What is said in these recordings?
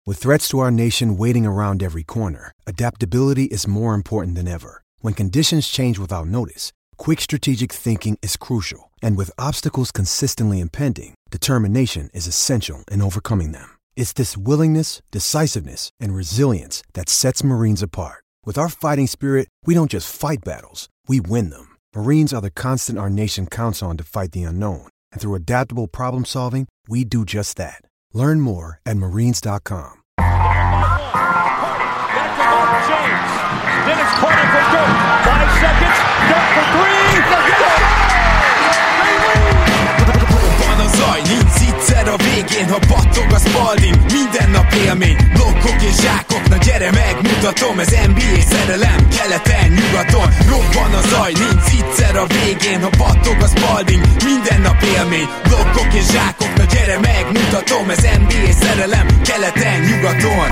With threats to our nation waiting around every corner, adaptability is more important than ever. When conditions change without notice, quick strategic thinking is crucial. And with obstacles consistently impending, determination is essential in overcoming them. It's this willingness, decisiveness, and resilience that sets Marines apart. With our fighting spirit, we don't just fight battles, we win them. Marines are the constant our nation counts on to fight the unknown. And through adaptable problem solving, we do just that. Learn more at marines.com. Back to Mark James. Then it's Carter for Dirk. 5 seconds. Dirk for 3. Van a zaj, nincs egyszer a végén, ha battog a Spalding. Minden nap élmény, blokkok és zsákok. Na gyere megmutatom, ez NBA szerelem. Keleten, nyugaton, robban a zaj, nincs egyszer a végén, ha battog a Spalding. Minden nap élmény, blokkok és zsákok. Na gyere megmutatom, ez NBA szerelem. Keleten, nyugaton.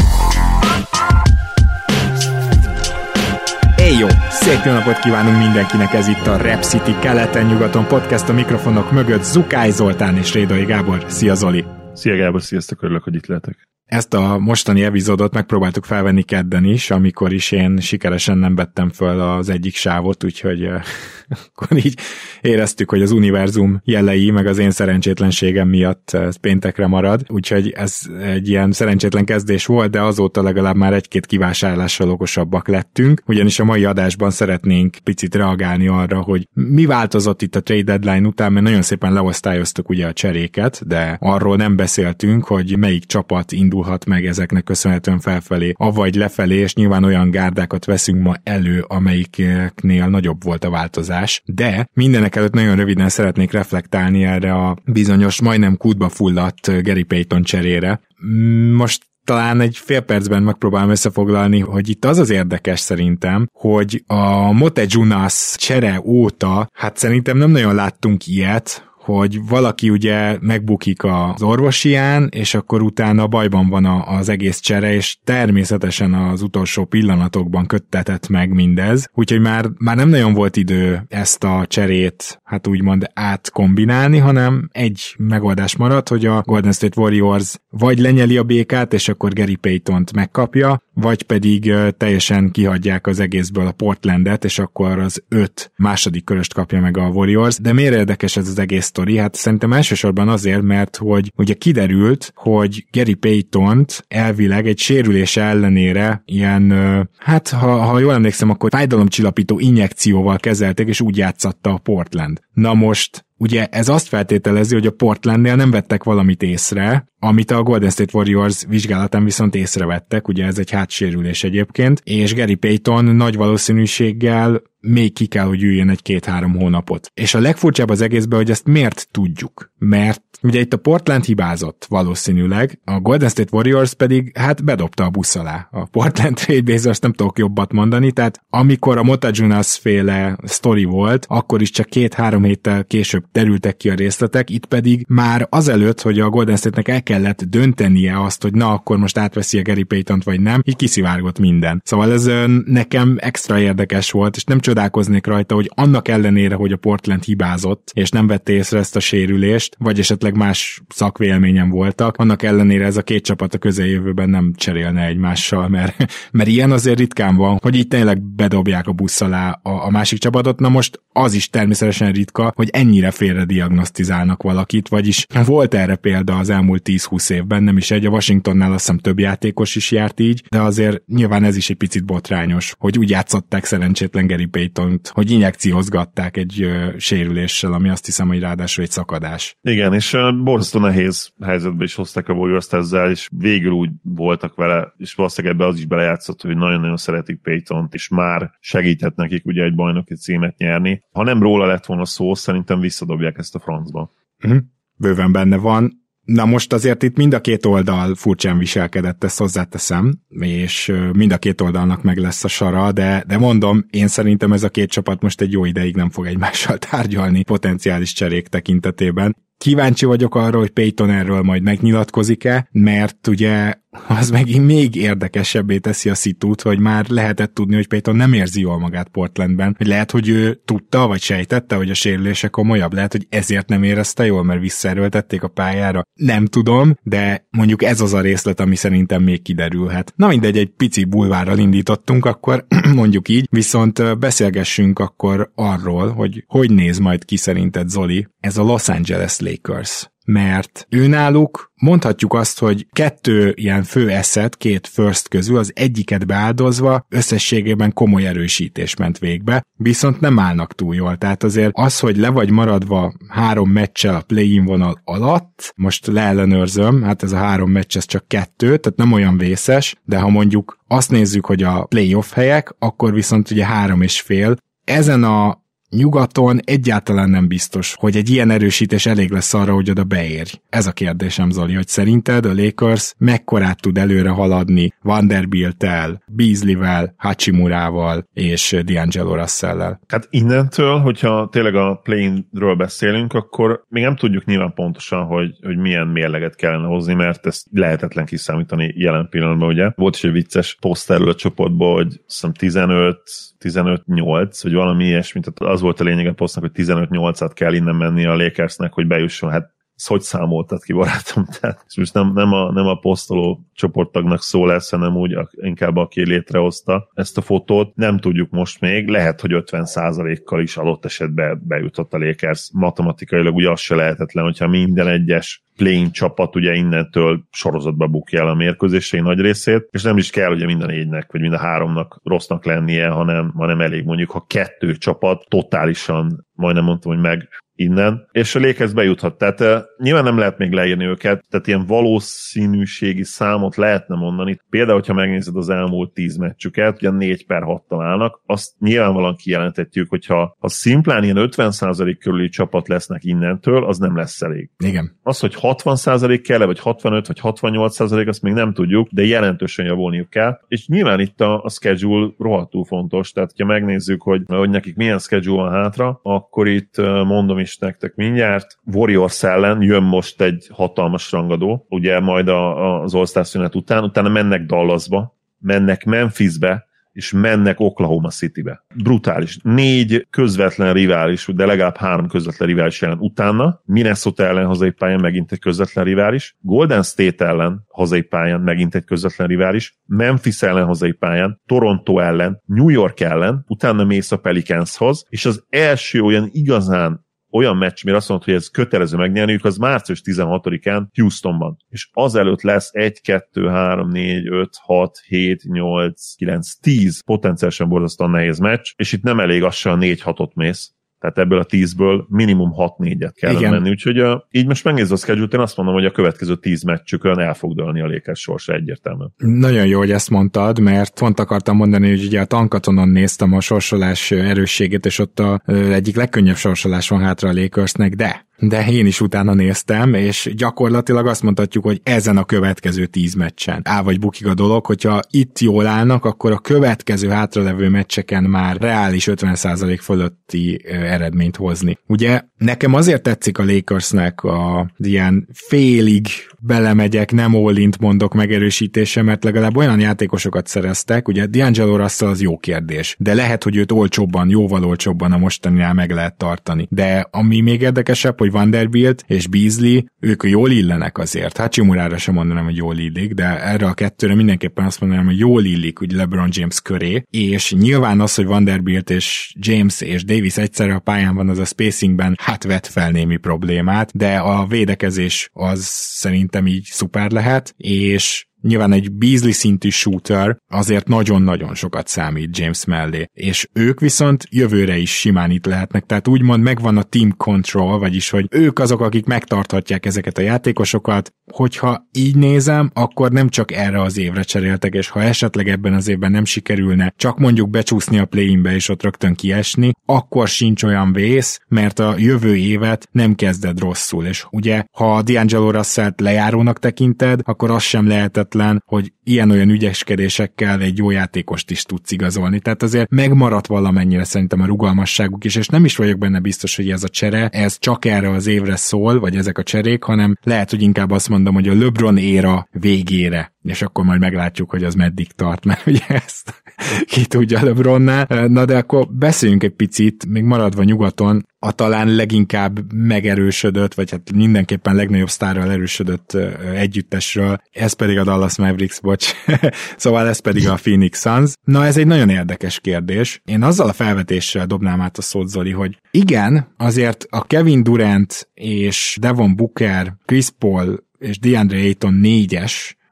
Jó, szép jó napot kívánunk mindenkinek, ez itt a Rap City keleten-nyugaton podcast, a mikrofonok mögött Zukály Zoltán és Rédai Gábor. Szia Zoli! Szia Gábor, sziasztok, örülök, hogy itt lehetek. Ezt a mostani epizódot megpróbáltuk felvenni kedden is, amikor is én sikeresen nem vettem föl az egyik sávot, úgyhogy akkor így éreztük, hogy az univerzum jelei, meg az én szerencsétlenségem miatt ez péntekre marad, úgyhogy ez egy ilyen szerencsétlen kezdés volt, de azóta legalább már egy-két kivásárlással okosabbak lettünk, ugyanis a mai adásban szeretnénk picit reagálni arra, hogy mi változott itt a trade deadline után, mert nagyon szépen leosztályoztuk ugye a cseréket, de arról nem beszéltünk, hogy melyik csapat indulhat meg ezeknek köszönhetően felfelé, avagy lefelé, és nyilván olyan gárdákat veszünk ma elő, amelyiknél nagyobb volt a változás. De mindenek előtt nagyon röviden szeretnék reflektálni erre a bizonyos, majdnem kútba fulladt Gary Payton cserére. Most talán egy fél percben megpróbálom összefoglalni, hogy itt az érdekes szerintem, hogy a Motiejunas csere óta, hát szerintem nem nagyon láttunk ilyet, hogy valaki ugye megbukik az orvosián, és akkor utána bajban van az egész csere, és természetesen az utolsó pillanatokban köttetett meg mindez, úgyhogy már nem nagyon volt idő ezt a cserét, hát úgymond átkombinálni, hanem egy megoldás maradt, hogy a Golden State Warriors vagy lenyeli a békát, és akkor Gary Paytont megkapja, vagy pedig teljesen kihagyják az egészből a Portlandet, és akkor az 5 második köröst kapja meg a Warriors. De miért érdekes ez az egész sztori? Hát szerintem elsősorban azért, mert hogy ugye kiderült, hogy Gary Paytont elvileg egy sérülése ellenére ilyen, hát ha jól emlékszem, akkor fájdalomcsillapító injekcióval kezelték, és úgy játszatta a Portland. Na most ugye ez azt feltételezi, hogy a Portlandnél nem vettek valamit észre, amit a Golden State Warriors vizsgálatán viszont észrevettek, ugye ez egy hátsérülés egyébként, és Gary Payton nagy valószínűséggel még ki kell, hogy üljön egy 2-3 hónapot. És a legfurcsább az egészben, hogy ezt miért tudjuk? Mert ugye itt a Portland hibázott valószínűleg, a Golden State Warriors pedig hát bedobta a busz alá. A Portland Trailblazers azt nem tudok jobbat mondani, tehát amikor a Motiejunas féle sztori volt, akkor is csak 2-3 héttel később derültek ki a részletek, itt pedig már azelőtt, hogy a Golden State-nek el kellett döntenie azt, hogy na akkor most átveszi a Gary Paytont vagy nem, így kiszivárgott minden. Szóval ez nekem extra érdekes volt, és nem csodálkoznék rajta, hogy annak ellenére, hogy a Portland hibázott, és nem vette észre ezt a sérülést, vagy esetleg más szakvéleményen voltak, annak ellenére ez a két csapat a közeljövőben nem cserélne egymással, mert ilyen azért ritkán van, hogy itt tényleg bedobják a busz alá a másik csapatot. Na most az is természetesen ritka, hogy ennyire félre diagnosztizálnak valakit, vagyis volt erre példa az elmúlt 10-20 évben, nem is egy, a Washingtonnál azt hiszem több játékos is járt így, de azért nyilván ez is egy picit botrányos, hogy úgy játszották szerencsétlen Gary Paytont, hogy injekciózgatták egy sérüléssel, ami azt hiszem, hogy ráadásul egy szakadás. Igen, és borzasztó nehéz helyzetbe is hozták a Warriors ezzel, és végül úgy voltak vele, és valószínűleg ebbe az is belejátszott, hogy nagyon-nagyon szeretik Paytont, és már segített nekik ugye egy bajnoki címet nyerni. Ha nem róla lett volna szó, szerintem visszadobják ezt a francba. Bőven benne van. Na most azért itt mind a két oldal furcsán viselkedett, ezt hozzáteszem, és mind a két oldalnak meg lesz a sara, de mondom, én szerintem ez a két csapat most egy jó ideig nem fog egymással tárgyalni potenciális cserék tekintetében. Kíváncsi vagyok arra, hogy Payton erről majd megnyilatkozik-e, mert ugye az megint még érdekesebbé teszi a szitút, hogy már lehetett tudni, hogy Payton nem érzi jól magát Portlandben, hogy lehet, hogy ő tudta, vagy sejtette, hogy a sérülése komolyabb, lehet, hogy ezért nem érezte jól, mert visszaerőltették a pályára. Nem tudom, de mondjuk ez az a részlet, ami szerintem még kiderülhet. Na mindegy, egy pici bulvárral indítottunk, akkor mondjuk így, viszont beszélgessünk akkor arról, hogy néz majd ki szerinted, Zoli, ez a Los Angeles Lakers. Mert őnáluk mondhatjuk azt, hogy 2 ilyen fő asset, 2 first közül az egyiket beáldozva összességében komoly erősítés ment végbe, viszont nem állnak túl jól. Tehát azért az, hogy le vagy maradva 3 meccsel a play-in vonal alatt, most leellenőrzöm, hát ez a 3 meccs, ez csak 2, tehát nem olyan vészes, de ha mondjuk azt nézzük, hogy a playoff helyek, akkor viszont ugye 3,5. Ezen a nyugaton egyáltalán nem biztos, hogy egy ilyen erősítés elég lesz arra, hogy oda beérj. Ez a kérdésem, Zoli, hogy szerinted a Lakers mekkorát tud előre haladni Vanderbilt-tel, Beasley-vel, Hachimurával és D'Angelo Russell-lel? Hát innentől, hogyha tényleg a play-inről beszélünk, akkor még nem tudjuk nyilván pontosan, hogy milyen mérleget kellene hozni, mert ezt lehetetlen kiszámítani jelen pillanatban, ugye. Volt is egy vicces poszt erről a csoportból, hogy azt hiszem 15-8, vagy valami ilyesmi, tehát az volt a lényeg a posztnak, hogy 15-8-at kell innen menni a Lakersnek, hogy bejusson. Hát ezt hogy számoltad ki, barátom? Tehát, és most nem a posztoló csoporttagnak szó lesz, hanem úgy inkább aki létrehozta ezt a fotót. Nem tudjuk most még, lehet, hogy 50%-kal is adott esetben bejutott a Lakers. Matematikailag ugye az se lehetetlen, hogyha minden egyes play-in csapat ugye innentől sorozatba bukja el a mérkőzései nagy részét, és nem is kell ugye minden 4-nek, vagy minden 3-nak rossznak lennie, hanem elég mondjuk, ha 2 csapat totálisan, majdnem mondtam, hogy meg innen, és a Lakers bejuthat. Tehát nyilván nem lehet még leírni őket, tehát ilyen valószínűségi számot lehetne mondani. Például, hogyha megnézed az elmúlt 10 meccsüket, ugye 4/6-tal állnak, azt nyilvánvalóan kijelentetjük, hogyha szimplán ilyen 50% körüli csapat lesznek innentől, az nem lesz elég. Igen. Az, hogy 60% kell, vagy 65, vagy 68%, azt még nem tudjuk, de jelentősen javulniuk kell. És nyilván itt a schedule rohadtul fontos, tehát ha megnézzük, hogy nekik milyen schedule van hátra, akkor itt mondom is nektek mindjárt, Warriors ellen jön most egy hatalmas rangadó, ugye majd az All-Star szünet utána mennek Dallasba, mennek Memphisbe, és mennek Oklahoma Citybe. Brutális. 4 közvetlen rivális, de legalább 3 közvetlen rivális ellen utána, Minnesota ellen hazai pályán megint egy közvetlen rivális, Golden State ellen hazai pályán megint egy közvetlen rivális, Memphis ellen hazai pályán, Toronto ellen, New York ellen, utána mész a Pelicanshoz, és az első olyan igazán olyan meccs, mire azt mondod, hogy ez kötelező megnyerniük, az március 16-án Houstonban. És azelőtt lesz 1, 2, 3, 4, 5, 6, 7, 8, 9, 10 potenciálisan borzasztóan nehéz meccs, és itt nem elég az se a 4-6-ot mész. Tehát ebből a 10-ből minimum 6-4-et kellene menni. Úgyhogy így most megnézve a schedule-t, én azt mondom, hogy a következő 10 meccsükön el fog dőlni a Lakers sorsa egyértelműen. Nagyon jó, hogy ezt mondtad, mert pont akartam mondani, hogy ugye a Tankatonon néztem a sorsolás erősségét, és ott egyik legkönnyebb sorsolás van hátra a Lakersnek, de én is utána néztem, és gyakorlatilag azt mondhatjuk, hogy ezen a következő 10 meccsen áll vagy bukik a dolog, hogyha itt jól állnak, akkor a következő hátralevő meccseken már reális 50% fölötti eredményt hozni. Ugye nekem azért tetszik a Lakersnek a ilyen félig belemegyek, nem all-int mondok megerősítése, mert legalább olyan játékosokat szereztek, ugye D'Angelo Russell az jó kérdés, de lehet, hogy őt jóval olcsóbban a mostaninál meg lehet tartani. De ami még érdekesebb, hogy Vanderbilt és Beasley, ők jól illenek azért. Hachimurára sem mondanám, hogy jól illik, de erre a kettőre mindenképpen azt mondanám, hogy jól illik ugye LeBron James köré, és nyilván az, hogy Vanderbilt és James és Davis egyszerre a pályán van, az a spacingben hát vet fel némi problémát, de a védekezés az szerintem így szuper lehet, és nyilván egy Beasley szintű shooter azért nagyon-nagyon sokat számít James mellé, és ők viszont jövőre is simán itt lehetnek, tehát úgymond megvan a team control, vagyis hogy ők azok, akik megtarthatják ezeket a játékosokat, hogyha így nézem, akkor nem csak erre az évre cseréltek, és ha esetleg ebben az évben nem sikerülne csak mondjuk becsúszni a play-inbe és ott rögtön kiesni, akkor sincs olyan vész, mert a jövő évet nem kezded rosszul, és ugye ha D'Angelo Russellt lejárónak tekinted, akkor az sem lehetetlen, hihetetlen, hogy ilyen-olyan ügyeskedésekkel egy jó játékost is tudsz igazolni. Tehát azért megmaradt valamennyire szerintem a rugalmasságuk is, és nem is vagyok benne biztos, hogy ez a csere, ez csak erre az évre szól, vagy ezek a cserék, hanem lehet, hogy inkább azt mondom, hogy a LeBron éra végére, és akkor majd meglátjuk, hogy az meddig tart, mert ugye ezt ki tudja LeBronnál. Na de akkor beszéljünk egy picit, még maradva nyugaton, a talán leginkább megerősödött, vagy hát mindenképpen legnagyobb sztárral erősödött együttesről, ez pedig a Dallas Mavericks, bocs. Szóval ez pedig a Phoenix Suns. Na ez egy nagyon érdekes kérdés. Én azzal a felvetéssel dobnám át a szót, Zoli, hogy igen, azért a Kevin Durant és Devin Booker, Chris Paul és DeAndre Ayton 4-es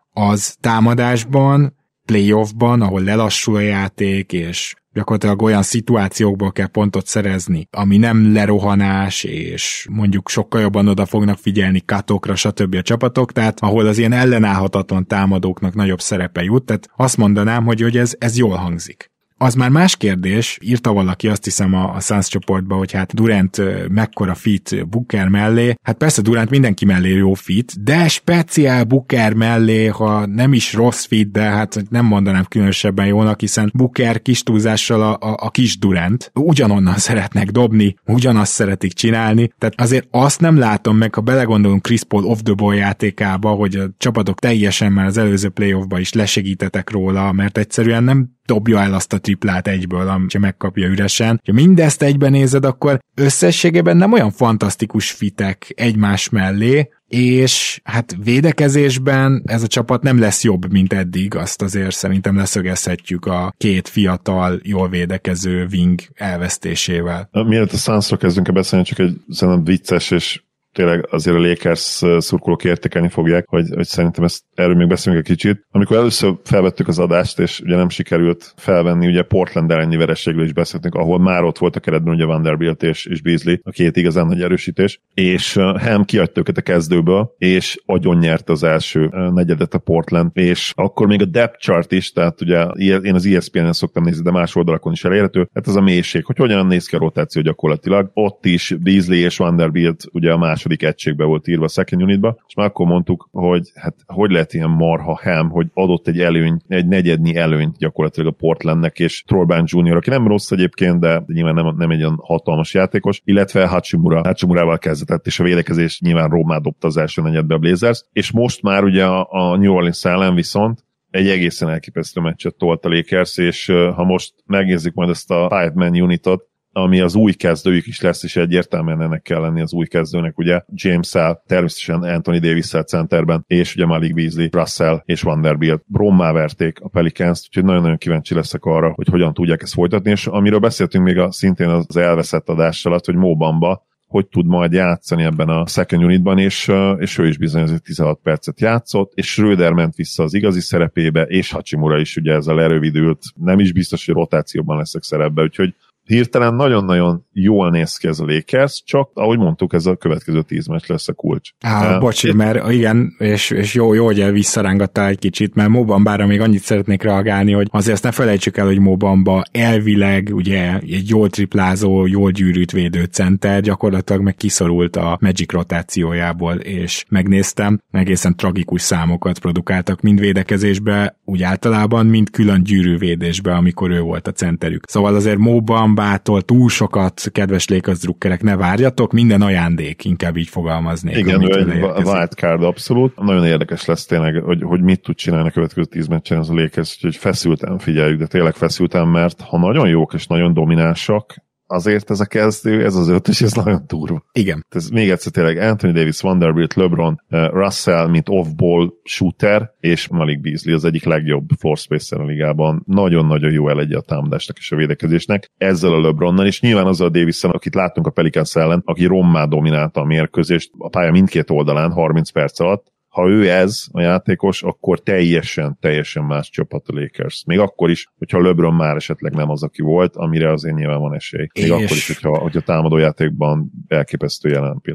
az támadásban, playoffban, ahol lelassul a játék, és gyakorlatilag olyan szituációkból kell pontot szerezni, ami nem lerohanás, és mondjuk sokkal jobban oda fognak figyelni cutokra, stb. A csapatok, tehát ahol az ilyen ellenállhatatlan támadóknak nagyobb szerepe jut, tehát azt mondanám, hogy ez jól hangzik. Az már más kérdés, írta valaki azt hiszem a Suns csoportba, hogy hát Durant mekkora fit Booker mellé. Hát persze Durant mindenki mellé jó fit, de speciál Booker mellé, ha nem is rossz fit, de hát nem mondanám különösebben jónak, hiszen Booker kis túlzással a kis Durant. Ugyanonnan szeretnek dobni, ugyanazt szeretik csinálni, tehát azért azt nem látom meg, ha belegondolunk Chris Paul off-the-ball játékába, hogy a csapatok teljesen már az előző playoffba is lesegítetek róla, mert egyszerűen nem dobja el azt a triplát egyből, ha megkapja üresen. Ha mindezt egyben nézed, akkor összességében nem olyan fantasztikus fitek egymás mellé, és hát védekezésben ez a csapat nem lesz jobb, mint eddig, azt azért szerintem leszögezhetjük a két fiatal, jól védekező wing elvesztésével. Mielőtt a Sunsról kezdünk beszélni, csak egy szerintem vicces és tényleg azért a Lakers szurkolók értékelni fogják, hogy szerintem erről még beszélünk egy kicsit. Amikor először felvettük az adást, és ugye nem sikerült felvenni, ugye Portland elleni vereségről is beszéltünk, ahol már ott volt a keretben ugye Vanderbilt és Beasley, a két igazán nagy erősítés, és Ham kiadta őket a kezdőből, és agyon nyerte az első negyedet a Portland, és akkor még a depth chart is, tehát ugye én az ESPN-en szoktam nézni, de más oldalakon is elérhető, hát ez a mélység, hogy hogyan néz ki a rotáció gyakorlatilag. Ott is Beasley és Vanderbilt ugye a második egységbe volt írva a second unitba, és már akkor mondtuk, hogy hát hogy lehet ilyen marha Ham, hogy adott egy előny, egy negyednyi előnyt gyakorlatilag a Portlandnek, és Trollban Jr., aki nem rossz egyébként, de nyilván nem egy olyan hatalmas játékos, illetve Hachimurával kezdett, és a védekezés nyilván rommá dobta az első negyedbe a Blazers, és most már ugye a New Orleans ellen viszont egy egészen elképesztő meccset tolt a Lakers, és ha most megnézzük majd ezt a five-man unitot, ami az új kezdőjük is lesz, és egyértelműen ennek kell lenni az új kezdőnek, ugye James-el, természetesen Anthony Davis-el centerben, és ugye Malik Beasley, Russell és Vanderbilt rommá verték a Pelicans-t, úgyhogy nagyon-nagyon kíváncsi leszek arra, hogy hogyan tudják ezt folytatni, és amiről beszéltünk még szintén az elveszett adás alatt, hogy Mo Bamba hogy tud majd játszani ebben a second unitban, és ő is bizony azért 16 percet játszott, és Schröder ment vissza az igazi szerepébe, és Hachimura is ugye ezzel lerövidült, nem is biztos, hogy rotációban leszek szerepbe, úgyhogy hirtelen nagyon-nagyon jól néz ki ez a Lakers, csak ahogy mondtuk, ez a következő 10 meccs lesz a kulcs. Bocsi, mert igen, és jó, hogy visszarángattál egy kicsit, mert Mo Bambára még annyit szeretnék reagálni, hogy azért azt ne felejtsük el, hogy Mo Bamba elvileg ugye egy jól triplázó, jól gyűrűt védő center, gyakorlatilag meg kiszorult a Magic rotációjából, és megnéztem, egészen tragikus számokat produkáltak mind védekezésbe, úgy általában, mind külön gyűrűvédésbe, amikor ő volt a centerük. Szóval azért Mo Bambától túl sokat, kedves Lakers drukkerek, ne várjatok, minden ajándék, inkább így fogalmaznék. Igen, ő egy wildcard abszolút. Nagyon érdekes lesz tényleg, hogy mit tud csinálni a következő 10 meccsen ez a Lakers, úgyhogy feszülten figyeljük, de tényleg feszülten, mert ha nagyon jók és nagyon dominánsak, azért ez a kezdő, ez az ötös, ez nagyon durva. Igen. Ez még egyszer tényleg Anthony Davis, Vanderbilt, LeBron, Russell, mint off-ball shooter, és Malik Beasley az egyik legjobb floor spacer a ligában. Nagyon-nagyon jó elegye a támadásnak és a védekezésnek. Ezzel a LeBronnal, és nyilván azzal a Davisszel, akit láttunk a Pelicans ellen, aki rommá dominálta a mérkőzést a pálya mindkét oldalán 30 perc alatt. Ha ő ez a játékos, akkor teljesen más csapat a Lakers. Még akkor is, hogyha LeBron már esetleg nem az, aki volt, amire azért nyilván van esély. Még akkor is, hogyha támadójátékban elképesztő jelen pillanatban.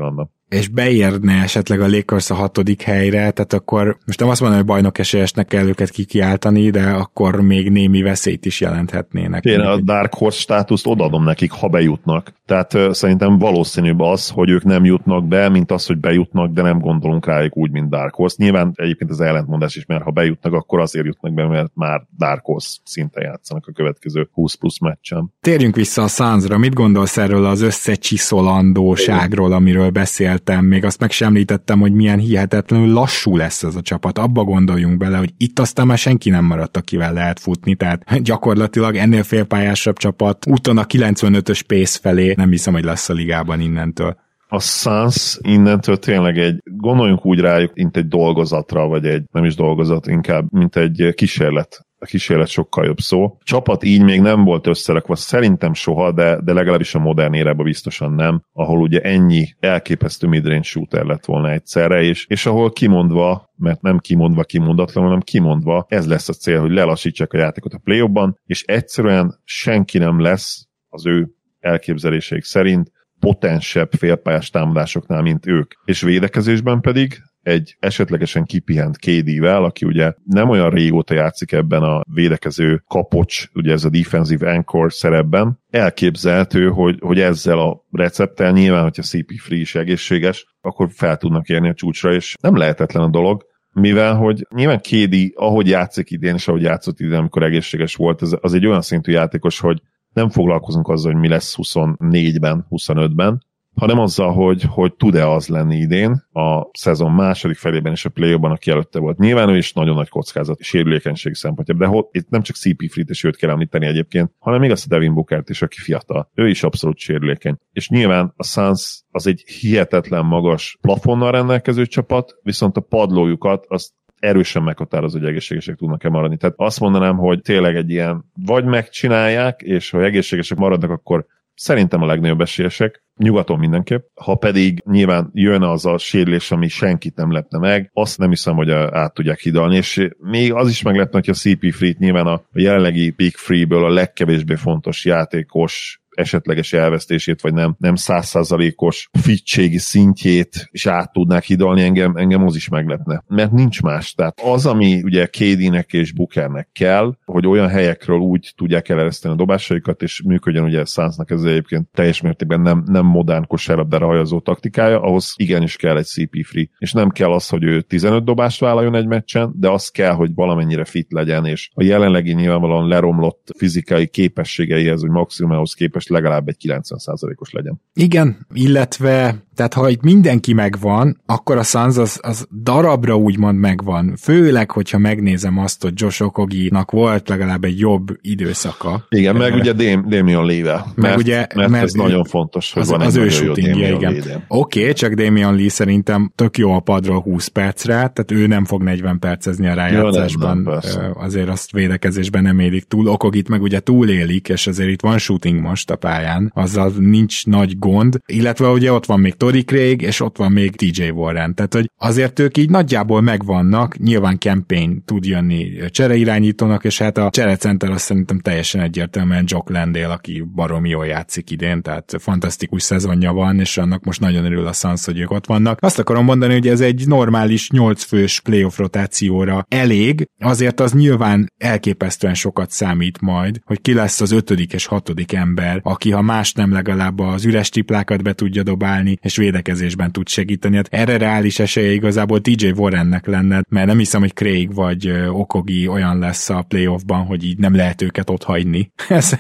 és beérne esetleg a Lakers a 6. helyre, tehát akkor most nem azt mondom, hogy bajnok esélyesnek kell őket kikiáltani, de akkor még némi veszélyt is jelenthetnének. Én a Dark Horse státuszt odaadom nekik, ha bejutnak. Tehát szerintem valószínűbb az, hogy ők nem jutnak be, mint az, hogy bejutnak, de nem gondolunk rájuk úgy, mint Dark Horse. Nyilván egyébként az ellentmondás is, mert ha bejutnak, akkor azért jutnak be, mert már Dark Horse szinten játszanak a következő 20 plusz meccsen. Térjünk vissza a Sunsra. Mit gondolsz erről az összecsiszolandóságról, amiről beszéltem? Még azt meg sem említettem, hogy milyen hihetetlenül lassú lesz ez a csapat. Abba gondoljunk bele, hogy itt aztán már senki nem maradt, akivel lehet futni, tehát gyakorlatilag ennél félpályásabb csapat úton a 95-ös pace felé nem hiszem, hogy lesz a ligában innentől. A Suns innentől tényleg gondoljunk úgy rájuk, mint egy dolgozatra, vagy nem is dolgozat, inkább, mint egy kísérlet. A kísérlet sokkal jobb szó. A csapat így még nem volt összerakva, szerintem soha, de legalábbis a modern érában biztosan nem, ahol ugye ennyi elképesztő midrange shooter lett volna egyszerre, és ahol kimondva, mert nem kimondatlan, hanem kimondva, ez lesz a cél, hogy lelassítsák a játékot a play-offban, és egyszerűen senki nem lesz az ő elképzeléseik szerint potensebb félpályás támadásoknál, mint ők. És védekezésben pedig egy esetlegesen kipihent KD-vel, aki ugye nem olyan régóta játszik ebben a védekező kapocs, ugye ez a defensive anchor szerepben, elképzelhető, hogy ezzel a recepttel nyilván, hogyha CP3 is egészséges, akkor fel tudnak érni a csúcsra, és nem lehetetlen a dolog, mivel, hogy nyilván KD, ahogy játszik idén, és ahogy játszott idén, amikor egészséges volt, az egy olyan szintű játékos, hogy nem foglalkozunk azzal, hogy mi lesz 24-ben, 25-ben, hanem azzal, hogy tud-e az lenni idén a szezon második felében és a play-offban, aki előtte volt. Nyilván ő is nagyon nagy kockázat, sérülékenység szempontjából, de itt nem csak CP3-t és őt kell említeni egyébként, hanem még azt a Devin Bookert is, aki fiatal. Ő is abszolút sérülékeny. És nyilván a Suns az egy hihetetlen magas plafonnal rendelkező csapat, viszont a padlójukat azt erősen meghatározó, hogy egészségesek tudnak-e maradni. Tehát azt mondanám, hogy tényleg egy ilyen vagy megcsinálják, és ha egészségesek maradnak, akkor szerintem a legnagyobb esélyesek, nyugaton mindenképp. Ha pedig nyilván jön az a sérülés, ami senkit nem lepne meg, azt nem hiszem, hogy át tudják hidalni, és még az is meglepne, hogy a CP3-t nyilván a jelenlegi Big Free-ből a legkevésbé fontos játékos esetleges elvesztését, vagy nem 100%-os fitségi szintjét is át tudnák hidalni, engem az is meglepne. Mert nincs más. Tehát az, ami ugye KD-nek és Bookernek kell, hogy olyan helyekről úgy tudják elereszteni a dobásaikat, és működjön ugye Sunsnak ez egyébként teljes mértékben nem modern kosárlabdára hajazó taktikája, ahhoz igenis kell egy CP3. És nem kell az, hogy ő 15 dobást vállaljon egy meccsen, de az kell, hogy valamennyire fit legyen, és a jelenlegi nyilvánvalóan leromlott fizikai képességeihez, hogy maximához képest legalább egy 90%-os legyen. Igen, illetve tehát ha itt mindenki megvan, akkor a Suns az darabra úgymond megvan. Főleg, hogyha megnézem azt, hogy Josh Okogie-nak volt legalább egy jobb időszaka. Igen, meg ugye Damian Lee-vel. Mert ez nagyon fontos, hogy van az egy ő nagyon jó shootingja, Damian igen. Lee. Oké, csak Damian Lee szerintem tök jó a padról 20 percre, tehát ő nem fog 40 percezni a rájátszásban. Azért azt védekezésben nem élik túl. Okogit meg ugye túlélik, és azért itt van shooting most a pályán, azzal nincs nagy gond, illetve ugye ott van még Torrey Craig, és ott van még TJ Warren, tehát hogy azért ők így nagyjából megvannak, nyilván Campaign tud jönni csereirányítónak, és hát a cserecenter azt szerintem teljesen egyértelműen Jock Landale, aki baromi jól játszik idén, tehát fantasztikus szezonja van, és annak most nagyon örül a Suns, hogy ők ott vannak. Azt akarom mondani, hogy ez egy normális 8 fős playoff rotációra elég, azért az nyilván elképesztően sokat számít majd, hogy ki lesz az 5. és 6. ember, aki ha más nem legalább az üres triplákat be tudja dobálni, és védekezésben tud segíteni. Hát erre reális esélye igazából TJ Warrennek lenne, mert nem hiszem, hogy Craig vagy Okogie olyan lesz a playoffban, hogy így nem lehet őket ott hagyni.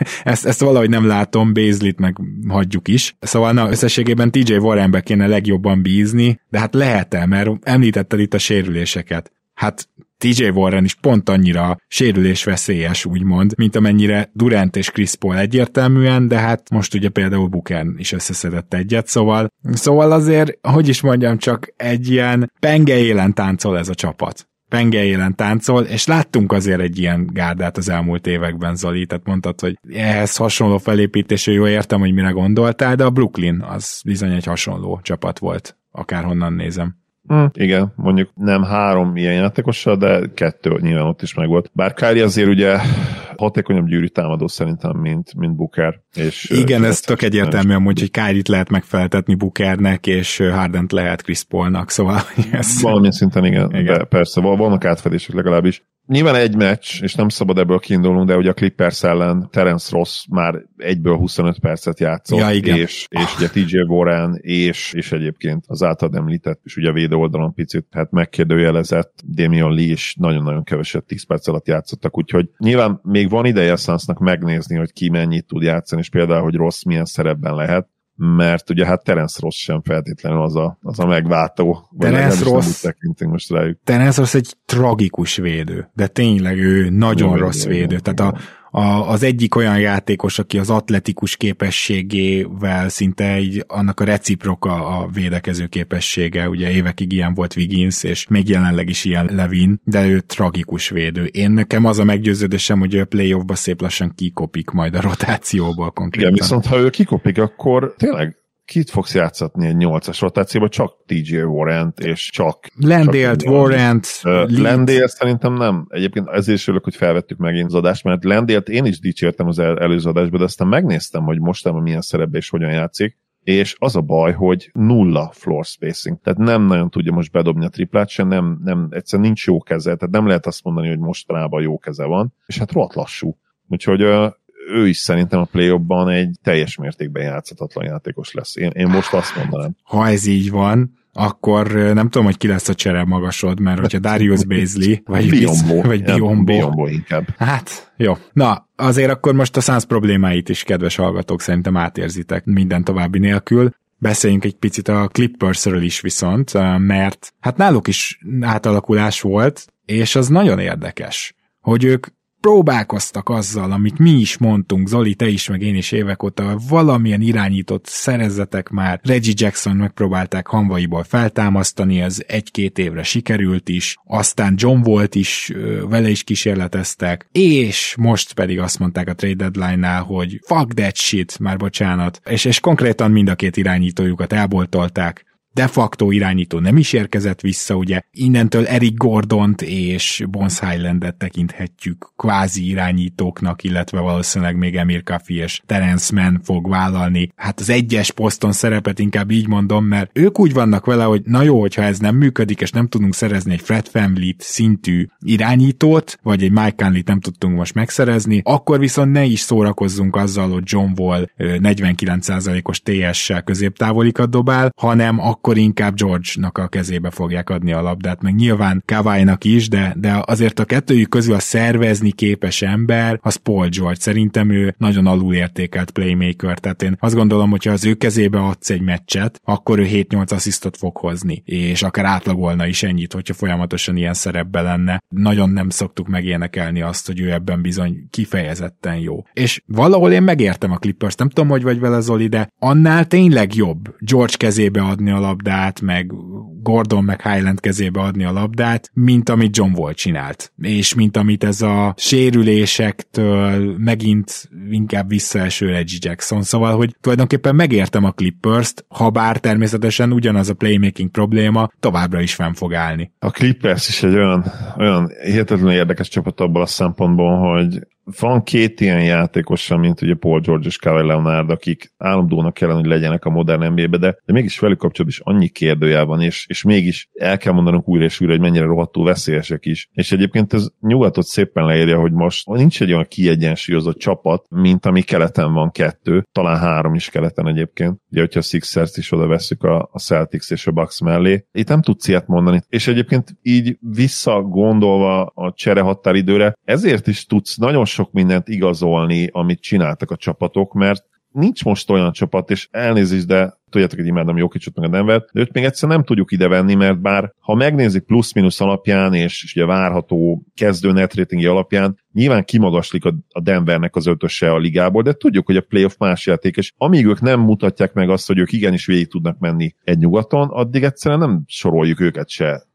Ezt valahogy nem látom, Bazley-t meg hagyjuk is. Szóval összességében TJ Warrenbe kéne legjobban bízni, de hát lehet-e, mert említetted itt a sérüléseket. Hát TJ Warren is pont annyira sérülésveszélyes, úgymond, mint amennyire Durant és Chris Paul egyértelműen, de hát most ugye például Booker is összeszedett egyet, szóval azért, hogy is mondjam, csak egy ilyen penge élen táncol ez a csapat. Penge élen táncol, és láttunk azért egy ilyen gárdát az elmúlt években, Zoli, tehát mondtad, hogy ehhez hasonló felépítésű, jó értem, hogy mire gondoltál, de a Brooklyn az bizony egy hasonló csapat volt, akárhonnan nézem. Igen, mondjuk nem 3 ilyen játékossal, de 2 nyilván ott is megvolt. Bár Kyrie azért ugye hatékonyabb gyűrű támadó szerintem, mint Booker. És igen, ez tök egyértelmű amúgy, hogy Kyrie-t lehet megfeleltetni Bookernek, és Hardent lehet Chris Paulnak, szóval ez... Valamilyen szinten igen. De persze, vannak átfedések legalábbis. Nyilván egy meccs, és nem szabad ebből kiindulnunk, de ugye a Clippers ellen Terence Ross már egyből 25 percet játszott, és ugye TJ Warren, és egyébként az általad említett, és ugye a védő oldalon picit megkérdőjelezett Damian Lee is nagyon-nagyon keveset 10 perc alatt játszottak, úgyhogy nyilván még van ideje Sunsnak megnézni, hogy ki mennyit tud játszani, és például, hogy Ross milyen szerepben lehet, mert ugye hát Terence Ross sem feltétlenül az a megváltó. Terence Ross egy tragikus védő, de tényleg ő nagyon rossz védő. Tehát az egyik olyan játékos, aki az atletikus képességével szinte annak a reciproka a védekező képessége, ugye évekig ilyen volt Wiggins, és még jelenleg is ilyen Levin, de ő tragikus védő. Nekem az a meggyőződésem, hogy ő a playoffba szép lassan kikopik majd a rotációból konkrétan. Igen, viszont ha ő kikopik, akkor tényleg kit fogsz játszatni egy 8-as rotációba? Csak TJ Warrent, és csak... Landale-t, Warrent... Landale szerintem nem. Egyébként ezért is örülök, hogy felvettük megint az adást, mert Landale-t én is dicsértem az előző adásban, de aztán megnéztem, hogy mostában milyen szerepben és hogyan játszik, és az a baj, hogy 0 floor spacing, tehát nem nagyon tudja most bedobni a triplát sem, nem, egyszerűen nincs jó keze, tehát nem lehet azt mondani, hogy mostanában jó keze van, és hát rohadt lassú. Úgyhogy ő is szerintem a play-offban egy teljes mértékben játszhatatlan játékos lesz. Én most azt mondanám. Ha ez így van, akkor nem tudom, hogy ki lesz a csere magasod, mert hogyha Darius Bazley, vagy Biyombo inkább. Hát, jó. Na, azért akkor most a Suns problémáit is, kedves hallgatók, szerintem átérzitek minden további nélkül. Beszéljünk egy picit a Clippersről is viszont, mert hát náluk is átalakulás volt, és az nagyon érdekes, hogy ők próbálkoztak azzal, amit mi is mondtunk, Zoli, te is, meg én is évek óta, valamilyen irányítót szerezzetek már. Reggie Jackson megpróbálták hamvaiból feltámasztani, ez 1-2 évre sikerült is, aztán John Wall is, vele is kísérleteztek, és most pedig azt mondták a trade deadline-nál, hogy fuck that shit, már bocsánat, és konkrétan mind a két irányítójukat elboltolták. De facto irányító nem is érkezett vissza, ugye innentől Eric Gordont és Bones Highlandet tekinthetjük kvázi irányítóknak, illetve valószínűleg még Amir Coffey és Terence Mann fog vállalni. Hát az egyes poszton szerepet inkább így mondom, mert ők úgy vannak vele, hogy na jó, hogyha ez nem működik, és nem tudunk szerezni egy Fred VanVleet szintű irányítót, vagy egy Mike Conley-t nem tudtunk most megszerezni, akkor viszont ne is szórakozzunk azzal, hogy John Wall 49%-os TS-sel középtávolikat dobál, hanem akkor inkább George-nak a kezébe fogják adni a labdát, meg nyilván Kawhi-nak is, de azért a kettőjük közül a szervezni képes ember, az Paul George. Szerintem ő nagyon alulértékelt playmaker, tehát én azt gondolom, hogyha az ő kezébe adsz egy meccset, akkor ő 7-8 asszisztot fog hozni, és akár átlagolna is ennyit, hogyha folyamatosan ilyen szerepben lenne. Nagyon nem szoktuk megénekelni azt, hogy ő ebben bizony kifejezetten jó. És valahol én megértem a Clippers, nem tudom, hogy vagy vele Zoli, de annál tényleg jobb George kezébe adni a labdát, meg Gordon meg Highland kezébe adni a labdát, mint amit John Wall csinált. És mint amit ez a sérülésektől megint inkább visszaeső Reggie Jackson. Szóval, hogy tulajdonképpen megértem a Clippers-t, ha bár természetesen ugyanaz a playmaking probléma továbbra is fenn fog állni. A Clippers is egy olyan hihetetlenül érdekes csapat abból a szempontból, hogy van két ilyen játékos, mint ugye Paul George és Kawhi Leonard, akik állandónak kellene, hogy legyenek a modern NBA-be, de mégis velük kapcsolatban is annyi kérdőjel van, és mégis el kell mondanunk újra és újra, hogy mennyire rohadtul veszélyesek is. És egyébként ez nyugatot szépen leírja, hogy most nincs egy olyan kiegyensúlyozott csapat, mint ami keleten van 2, talán 3 is keleten egyébként. Ugye, hogyha a Sixers is oda veszük a Celtics és a Bucks mellé. Itt nem tudsz ilyet mondani. És egyébként így visszagondolva a csere határidőre, ezért is tudsz nagyon sok mindent igazolni, amit csináltak a csapatok, mert nincs most olyan csapat, és elnézést, de tudjátok, hogy imádom Jokicsot meg a Denvert, de őt még egyszer nem tudjuk idevenni, mert bár ha megnézik plusz-minusz alapján, és ugye várható kezdő net ratingi alapján, nyilván kimagaslik a Denvernek az 5-öse a ligából, de tudjuk, hogy a playoff más játék, és amíg ők nem mutatják meg azt, hogy ők igenis végig tudnak menni egy nyugaton, addig egyszerűen nem soroljuk őket se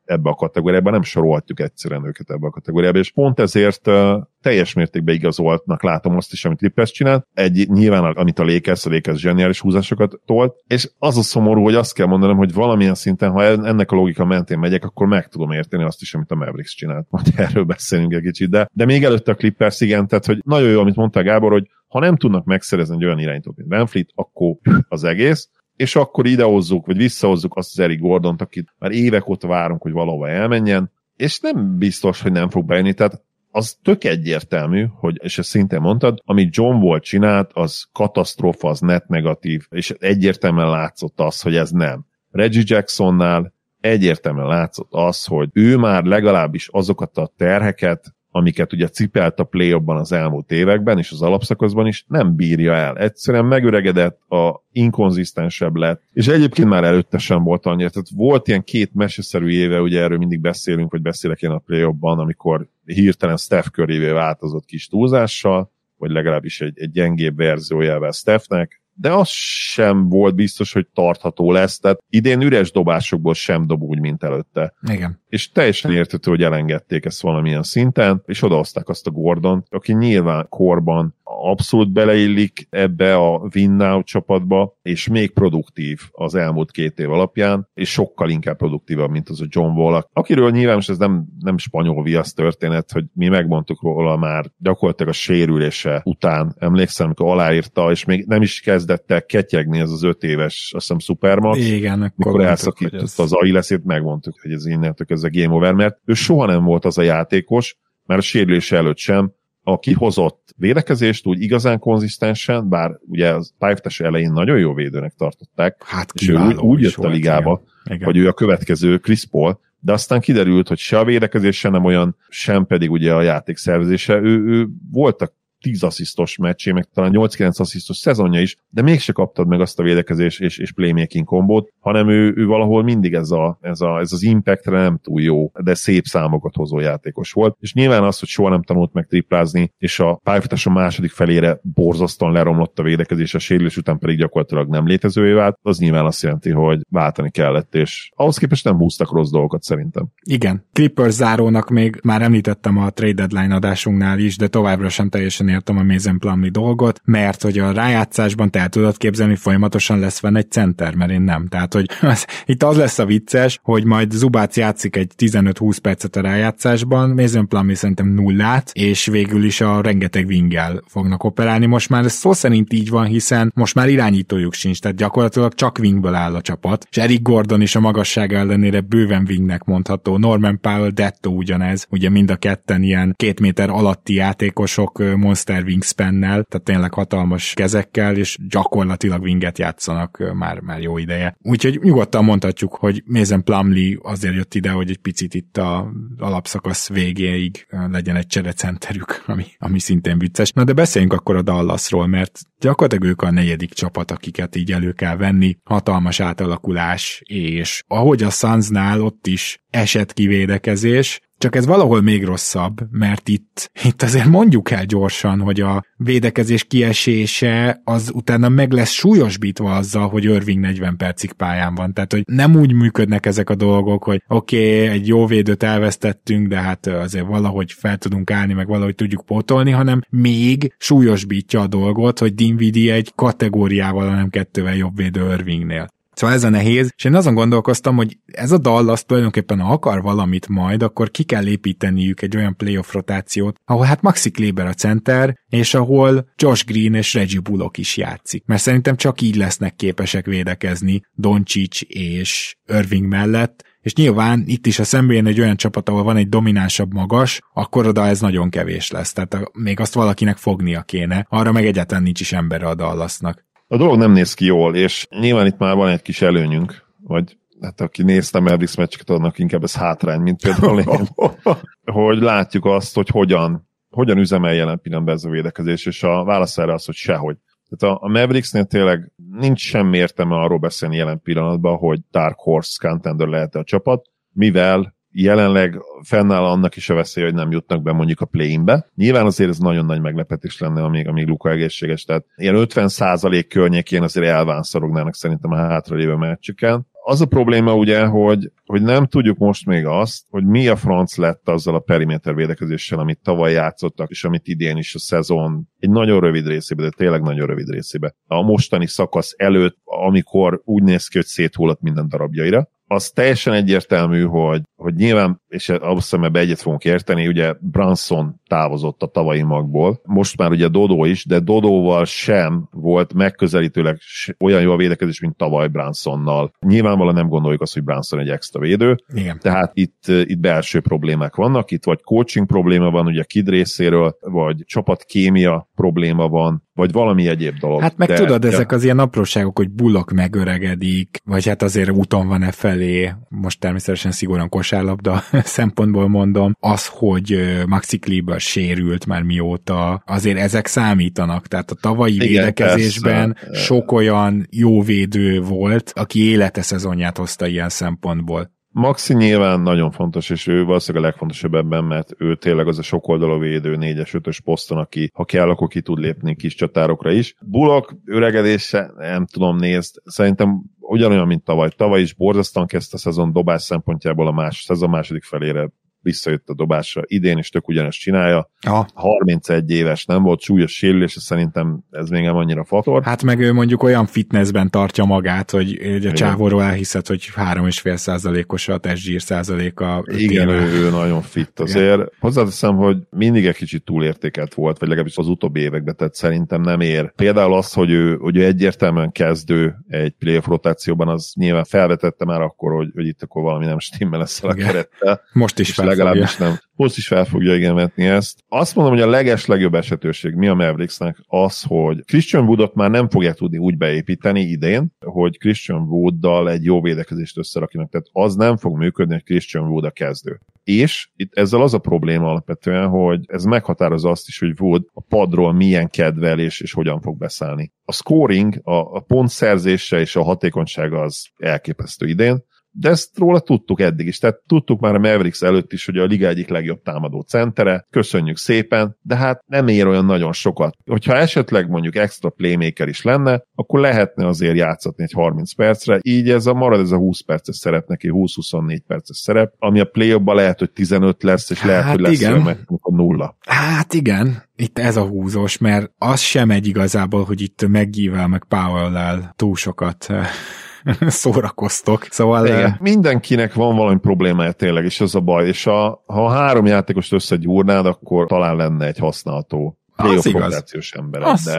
ebbe a kategóriába, nem sorolhatjuk egyszerűen őket ebbe a kategóriába, és pont ezért teljes mértékben igazoltnak látom azt is, amit Clippers csinált. Nyilván, amit a Lakers zseniális húzásokat tolt, és az a szomorú, hogy azt kell mondanom, hogy valamilyen szinten, ha ennek a logika mentén megyek, akkor meg tudom érteni azt is, amit a Mavericks csinált. Majd erről beszélünk egy kicsit, de még előtte a Clippers, igen, tehát hogy nagyon jó, amit mondta Gábor, hogy ha nem tudnak megszerezni egy olyan irányítót, mint VanVleet, akkor az egész, és akkor idehozzuk, vagy visszahozzuk azt az Eric Gordont, akit már évek óta várunk, hogy valahova elmenjen, és nem biztos, hogy nem fog bejönni, tehát az tök egyértelmű, hogy, és ezt szintén mondtad, amit John Wall csinált, az katasztrófa, az net negatív, és egyértelműen látszott az, hogy ez nem. Reggie Jacksonnál egyértelműen látszott az, hogy ő már legalábbis azokat a terheket, amiket ugye cipelt a play-offban az elmúlt években, és az alapszakaszban is, nem bírja el. Egyszerűen megöregedett, inkonzisztensebb lett, és egyébként már előtte sem volt annyira. Tehát volt ilyen két meseszerű éve, ugye erről mindig beszélünk, vagy beszélek én a play-offban, amikor hirtelen Steph Curryvé változott kis túlzással, vagy legalábbis egy gyengébb verziójával Stephnek, de az sem volt biztos, hogy tartható lesz, tehát idén üres dobásokból sem dob úgy, mint előtte. Igen. És teljesen érthető, hogy elengedték ezt valamilyen szinten, és odahozták azt a Gordont, aki nyilván korban abszolút beleillik ebbe a Win Now csapatba, és még produktív az elmúlt 2 év alapján, és sokkal inkább produktívabb, mint az a John Wall, akiről nyilván most ez nem spanyol viasz történet, hogy mi megmondtuk róla már gyakorlatilag a sérülése után, emlékszem, amikor aláírta, és még nem is kezdett el ketyegni ez az 5 éves, azt hiszem, Supermax. Igen, mikor elszakított az Achillesét, megmondtuk, hogy ez innentől ez a game over, mert ő soha nem volt az a játékos, már a sérülése előtt sem, aki hozott védekezést úgy igazán konzisztensen, bár ugye a pályafutás elején nagyon jó védőnek tartották, hát és ő úgy jött a ligába, igen. hogy ő a következő Chris Paul, de aztán kiderült, hogy se a védekezés, se nem olyan, sem pedig ugye a játékszervezése. Ő voltak 10 asszisztos meccsé, meg talán 8-9 asszisztos szezonja is, de mégse kaptad meg azt a védekezés és playmaking kombót, hanem ő valahol mindig ez az impactre nem túl jó, de szép számokat hozó játékos volt. És nyilván az, hogy soha nem tanult meg triplázni, és a pályafutása második felére borzasztóan leromlott a védekezés, a sérülés után pedig gyakorlatilag nem létezővé vált, az nyilván azt jelenti, hogy váltani kellett, és ahhoz képest nem húztak rossz dolgokat szerintem. Igen. Clippers zárónak még már említettem a trade deadline adásunknál is, de továbbra sem teljesen értem a Mason Plumlee dolgot, mert hogy a rájátszásban te el tudod képzelni, folyamatosan lesz fenn egy center, mert én nem. Tehát, hogy itt az lesz a vicces, hogy majd Zubac játszik egy 15-20 percet a rájátszásban, Mason Plumlee szerintem 0, és végül is a rengeteg winggel fognak operálni. Most már ez szó szerint így van, hiszen most már irányítójuk sincs, tehát gyakorlatilag csak wingből áll a csapat, és Eric Gordon is a magassága ellenére bőven wingnek mondható. Norman Powell, Detto ugyanez, ugye mind a ketten ilyen 2 méter alatti játékosok, monster wingspannel, tehát tényleg hatalmas kezekkel, és gyakorlatilag winget játszanak már jó ideje. Úgyhogy nyugodtan mondhatjuk, hogy Mason Plumlee azért jött ide, hogy egy picit itt a alapszakasz végéig legyen egy cserecenterük, ami szintén vicces. Na de beszéljünk akkor a Dallasról, mert gyakorlatilag ők a 4. csapat, akiket így elő kell venni, hatalmas átalakulás, és ahogy a Sunsnál ott is esett kivédekezés, csak ez valahol még rosszabb, mert itt azért mondjuk el gyorsan, hogy a védekezés kiesése az utána meg lesz súlyosbítva azzal, hogy Irving 40 percig pályán van. Tehát, hogy nem úgy működnek ezek a dolgok, hogy oké, egy jó védőt elvesztettünk, de hát azért valahogy fel tudunk állni, meg valahogy tudjuk pótolni, hanem még súlyosbítja a dolgot, hogy Dinwiddie egy kategóriával, hanem 2-vel jobb védő Irvingnél. Szóval ez a nehéz, és én azon gondolkoztam, hogy ez a Dallas tulajdonképpen, ha akar valamit majd, akkor ki kell építeniük egy olyan playoff rotációt, ahol hát Maxi Kleber a center, és ahol Josh Green és Reggie Bullock is játszik. Mert szerintem csak így lesznek képesek védekezni Doncic és Irving mellett, és nyilván itt is, ha szemben egy olyan csapat, ahol van egy dominánsabb magas, akkor oda ez nagyon kevés lesz. Tehát még azt valakinek fognia kéne. Arra meg egyáltalán nincs is embere a Dallasnak. A dolog nem néz ki jól, és nyilván itt már van egy kis előnyünk, vagy hát aki nézte Mavericks meccseket, annak inkább ez hátrány, mint például én, hogy látjuk azt, hogy hogyan üzemel jelen pillanatban ez a védekezés, és a válasz erre az, hogy sehogy. Tehát a Mavericksnél tényleg nincs semmi értelme arról beszélni jelen pillanatban, hogy Dark Horse contender lehet a csapat, mivel jelenleg fennáll annak is a veszély, hogy nem jutnak be mondjuk a play-inbe. Nyilván azért ez nagyon nagy meglepetés lenne, amíg Luka egészséges, tehát ilyen 50% környékén azért elvánszorognának szerintem a hátralévő meccseken. az a probléma ugye, hogy nem tudjuk most még azt, hogy mi a franc lett azzal a periméter védekezéssel, amit tavaly játszottak, és amit idén is a szezon egy nagyon rövid részébe, de tényleg nagyon rövid részébe. A mostani szakasz előtt, amikor úgy néz ki, hogy széthullott minden darabjaira, az teljesen egyértelmű, hogy nyilván, és azt hiszem ebbe egyet fogunk érteni, ugye Brunson távozott a tavalyi magból, most már ugye Dodo is, de Dodóval sem volt megközelítőleg olyan jó a védekezés, mint tavaly Brunsonnal. Nyilvánvalóan nem gondoljuk azt, hogy Brunson egy extra védő, igen. Tehát itt belső problémák vannak, itt vagy coaching probléma van, ugye Kid részéről, vagy csapatkémia probléma van, vagy valami egyéb dolog. Hát meg tudod, ezek az ilyen apróságok, hogy Bullock megöregedik, vagy hát azért úton van felé, most természetesen szigorúan kosárlabda szempontból mondom, az, hogy Maxi Kleber sérült már mióta, azért ezek számítanak, tehát a tavalyi védekezésben persze. Sok olyan jó védő volt, aki élete szezonját hozta ilyen szempontból. Maxi nyilván nagyon fontos, és ő valószínűleg a legfontosabb ebben, mert ő tényleg az a sokoldalú védő 4-es, 5-ös poszton, aki ha kell, akkor ki tud lépni kis csatárokra is. Bullock öregedése, nem tudom, nézd, szerintem ugyanolyan, mint tavaly. Tavaly is borzasztóan kezdte a szezon dobás szempontjából a szezon második felére visszajött a dobásra. Idén is tök ugyanezt csinálja. 31 éves, nem volt súlyos sérülés, és szerintem ez még nem annyira faktor. Hát meg ő mondjuk olyan fitnessben tartja magát, hogy a csávóról elhiszed, hogy 3,5%-os a testzsír százaléka. Igen, ő nagyon fit azért. Hozzáteszem, hogy mindig egy kicsit túlértékelt volt, vagy legalábbis az utóbbi években, tehát szerintem nem ér. Például az, hogy ő egyértelműen kezdő egy playoff rotációban, az nyilván felvetette már akkor, hogy itt akkor valami nem stimmel ezzel a kerettel. Most is legalábbis nem. Most is fel fogja igen vetni ezt. Azt mondom, hogy a legjobb esetőség mi a Mavericksnek az, hogy Christian Woodot már nem fogják tudni úgy beépíteni idén, hogy Christian Wooddal egy jó védekezést összerakinak. Tehát az nem fog működni, hogy Christian Wood a kezdő. És itt ezzel az a probléma alapvetően, hogy ez meghatározza azt is, hogy Wood a padról milyen kedvel és hogyan fog beszállni. A scoring, a pontszerzése és a hatékonysága az elképesztő idén, de ezt róla tudtuk eddig is, tehát tudtuk már a Mavericks előtt is, hogy a liga egyik legjobb támadó centere, köszönjük szépen, de hát nem ér olyan nagyon sokat. Hogyha esetleg mondjuk extra playmaker is lenne, akkor lehetne azért játszatni egy 30 percre, így marad ez a 20 perces szerep neki, 20-24 perces szerep, ami a play-offban lehet, hogy 15 lesz, és lehet, hogy lesz a 0. Hát igen, itt ez a húzós, mert az sem egy igazából, hogy itt McGee-vel, meg Powell-lel túl sokat szórakoztok. Szóval igen, mindenkinek van valami problémája tényleg, és az a baj, és ha a 3 játékost összegyúrnád, akkor talán lenne egy használható rotációs ember.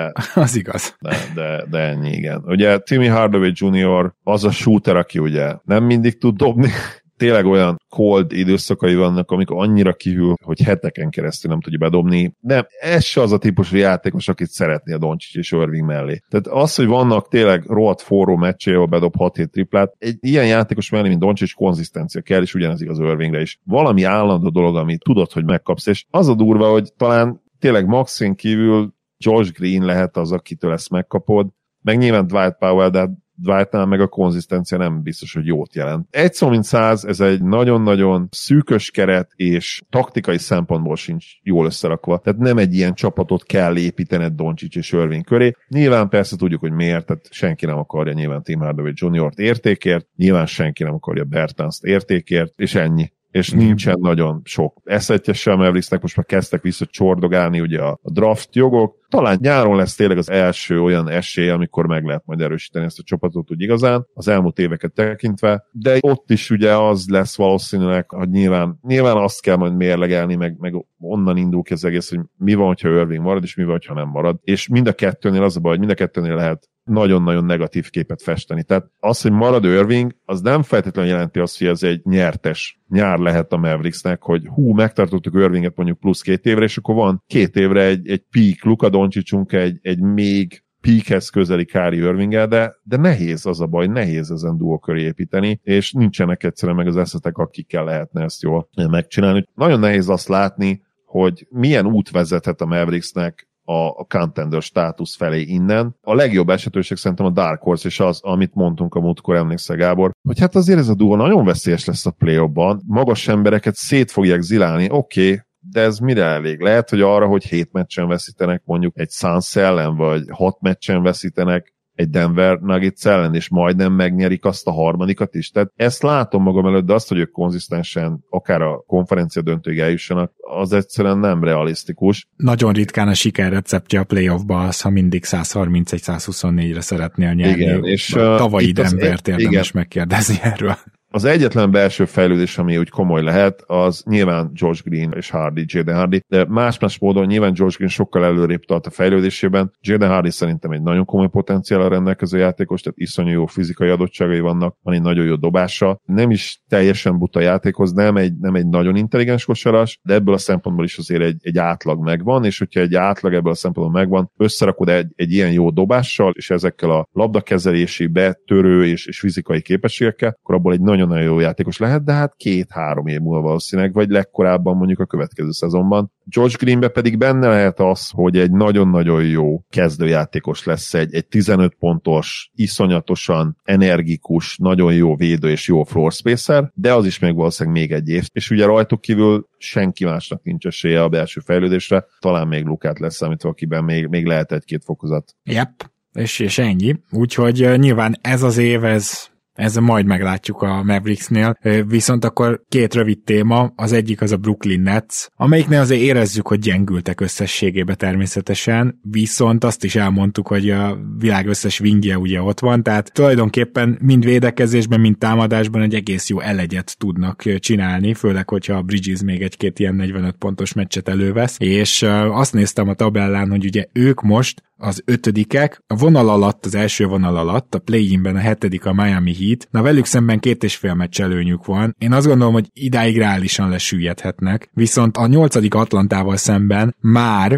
Az igaz. De ennyi, igen. Ugye Timmy Hardaway Jr. az a shooter, aki ugye nem mindig tud dobni, tényleg olyan cold időszakai vannak, amikor annyira kihűl, hogy heteken keresztül nem tudja bedobni. Nem, ez se az a típusú játékos, akit szeretné a Doncic és Irving mellé. Tehát az, hogy vannak tényleg rohadt forró meccsé, ahol bedob 6-7 triplát, egy ilyen játékos mellé, mint Doncic, konzisztencia kell, és ugyanez igaz Irvingre is. Valami állandó dolog, amit tudod, hogy megkapsz, és az a durva, hogy talán tényleg Maxin kívül Josh Green lehet az, akitől ezt megkapod, meg nyilván Dwight Powell, de Dwightnál meg a konzisztencia nem biztos, hogy jót jelent. 1 szó mint 100, ez egy nagyon-nagyon szűkös keret, és taktikai szempontból sincs jól összerakva. Tehát nem egy ilyen csapatot kell építened Doncic és Irving köré. Nyilván persze tudjuk, hogy miért, tehát senki nem akarja nyilván Tim Hardaway Jr.-t értékért, nyilván senki nem akarja Bertans-t értékért, és ennyi. És nincsen nagyon sok eszetje sem, Mavericksnek most már kezdtek vissza csordogálni ugye a draft jogok. Talán nyáron lesz tényleg az első olyan esély, amikor meg lehet majd erősíteni ezt a csapatot úgy igazán, az elmúlt éveket tekintve, de ott is ugye az lesz valószínűleg, hogy nyilván azt kell majd mérlegelni, meg onnan indul ki az egész, hogy mi van, hogyha Irving marad, és mi van, hogyha nem marad. És mind a kettőnél az a baj, hogy mind a kettőnél lehet nagyon-nagyon negatív képet festeni. Tehát az, hogy marad Irving, az nem feltétlenül jelenti azt, hogy ez egy nyertes nyár lehet a Mavericksnek, hogy megtartottuk Irvinget mondjuk plusz 2 évre, és akkor van 2 évre egy peak Luka Doncicunk, egy még peakhez közeli Kyrie Irvinggel, de nehéz az a baj, nehéz ezen duó köré építeni, és nincsenek egyszerűen meg az eszetek, akikkel lehetne ezt jól megcsinálni. Nagyon nehéz azt látni, hogy milyen út vezethet a Mavericksnek a contender státusz felé innen. A legjobb esetőség szerintem a Dark Horse, és az, amit mondtunk a múltkor, emlékszel Gábor, hogy hát azért ez a duo nagyon veszélyes lesz a play-offban, magas embereket szét fogják zilálni, oké, de ez mire elég? Lehet, hogy arra, hogy 7 meccsen veszítenek mondjuk egy Suns ellen, vagy 6 meccsen veszítenek, egy Denver Nuggets ellen, és majdnem megnyerik azt a harmadikat is. Tehát ezt látom magam előtt, de azt, hogy ők konzisztensen akár a konferencia döntőig eljussanak, az egyszerűen nem realisztikus. Nagyon ritkán a sikerreceptje a playoffba az, ha mindig 131-124-re szeretnél nyerni. Igen, és tavalyi Denvert érdemes megkérdezni erről. Az egyetlen belső fejlődés, ami úgy komoly lehet, az nyilván Josh Green és Jaden Hardy, de más-más módon nyilván Josh Green sokkal előrébb tart a fejlődésében. Jaden Hardy szerintem egy nagyon komoly potenciállal rendelkező játékos, tehát iszonyú jó fizikai adottságai vannak, van egy nagyon jó dobása. Nem is teljesen buta játékos, nem egy nagyon intelligens kosaras, de ebből a szempontból is azért egy átlag megvan, és hogyha egy átlag ebből a szempontból megvan, összerakod egy ilyen jó dobással, és ezekkel a labdakezelési, betörő és fizikai képességekkel, akkor abból egy nagyon jó játékos lehet, de hát 2-3 év múlva valószínűleg, vagy legkorábban mondjuk a következő szezonban. Josh Greenbe pedig benne lehet az, hogy egy nagyon-nagyon jó kezdőjátékos lesz, egy 15 pontos, iszonyatosan energikus, nagyon jó védő és jó floor spacer, de az is még valószínűleg még egy év. És ugye rajtuk kívül senki másnak nincs esélye a belső fejlődésre, talán még Lukát leszámítva, akiben még lehet egy-két fokozat. Yep, és ennyi. Úgyhogy nyilván ez az év, ez majd meglátjuk a Mavericksnél, viszont akkor két rövid téma, az egyik az a Brooklyn Nets, amelyiknél azért érezzük, hogy gyengültek összességében természetesen, viszont azt is elmondtuk, hogy a világ összes wingje ugye ott van, tehát tulajdonképpen mind védekezésben, mind támadásban egy egész jó elegyet tudnak csinálni, főleg, hogyha a Bridges még egy-két ilyen 45 pontos meccset elővesz, és azt néztem a tabellán, hogy ugye ők most az 5-ek, a vonal alatt, az első vonal alatt, a play-inben a 7. a Miami Heat, na velük szemben 2,5 meccs előnyük van. Én azt gondolom, hogy idáig reálisan lesüllyedhetnek, viszont a 8. Atlantával szemben már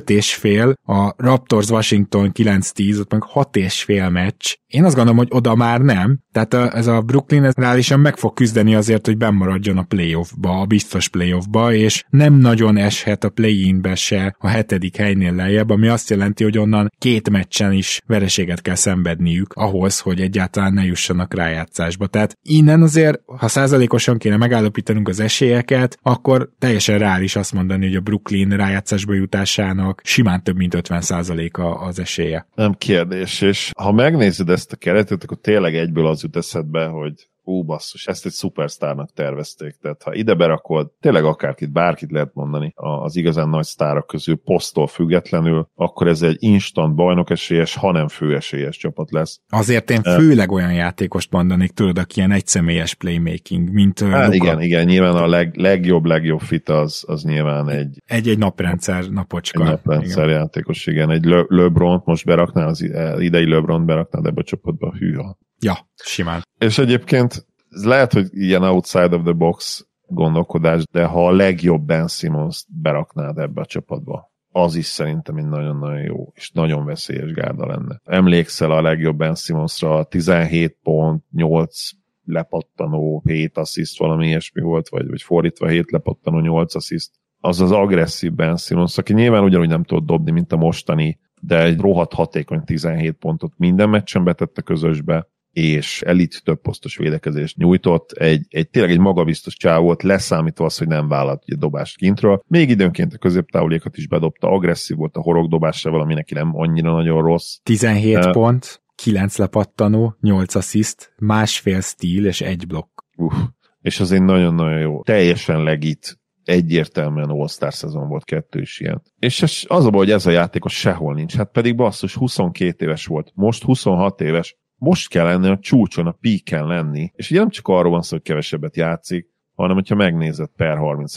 5,5, a Raptors Washington 9-10, ott meg 6,5 meccs. Én azt gondolom, hogy oda már nem. Tehát ez a Brooklyn ez reálisan meg fog küzdeni azért, hogy bennmaradjon a playoffba, a biztos playoffba, és nem nagyon eshet a play-inbe se a 7. helynél lejjebb, ami azt jelenti, hogy onnan 2 meccsen is vereséget kell szenvedniük ahhoz, hogy egyáltalán ne jussanak rájátszásba. Tehát innen azért, ha százalékosan kéne megállapítanunk az esélyeket, akkor teljesen reális azt mondani, hogy a Brooklyn rájátszásba jutásának simán több mint 50%-a az esélye. Nem kérdés, és ha megnézed ezt a keretet, akkor tényleg egyből az jut eszedbe, hogy basszus, ezt egy szupersztárnak tervezték, tehát ha ide berakod, tényleg akárkit, bárkit lehet mondani az igazán nagy sztárok közül, poszttól függetlenül, akkor ez egy instant bajnokesélyes, hanem főesélyes csapat lesz. Azért én főleg olyan játékost mondanék, tudod, aki ilyen egyszemélyes playmaking, mint Luka. Igen, nyilván a legjobb fit az nyilván egy naprendszer, napocska. Egy naprendszer igen. Játékos, igen, egy LeBron-t most beraknál, az idei LeBron-t beraknál ebbe a csapatba, hűha. Ja, simán. És egyébként lehet, hogy ilyen outside of the box gondolkodás, de ha a legjobb Ben Simmons beraknád ebbe a csapatba, az is szerintem egy nagyon-nagyon jó és nagyon veszélyes gárda lenne. Emlékszel a legjobb Ben Simmonsra, 17 pont, 8 lepattanó, 7 assziszt, valami ilyesmi volt, vagy fordítva 7 lepattanó, 8 assziszt. Az az agresszív Ben Simmons, aki nyilván ugyanúgy nem tud dobni, mint a mostani, de egy rohadt hatékony 17 pontot minden meccsen betette közösbe, és elit több posztos védekezést nyújtott, tényleg egy magabiztos csáv volt, leszámítva az, hogy nem vállalt ugye dobást kintről. Még időnként a középtávolékat is bedobta, agresszív volt a horogdobásával, ami neki nem annyira nagyon rossz. 17 pont, 9 lepattanó, 8 assziszt, 1,5 steal és 1 blokk. És az egy nagyon-nagyon jó, teljesen legit, egyértelműen All-Star szezon volt, 2 is ilyen. És az a baj, hogy ez a játékos sehol nincs, hát pedig basszus, 22 éves volt, most 26 éves, most kell lenni a csúcson, a peaken lenni, és ugye nem csak arról van szó, hogy kevesebbet játszik, hanem hogyha megnézed per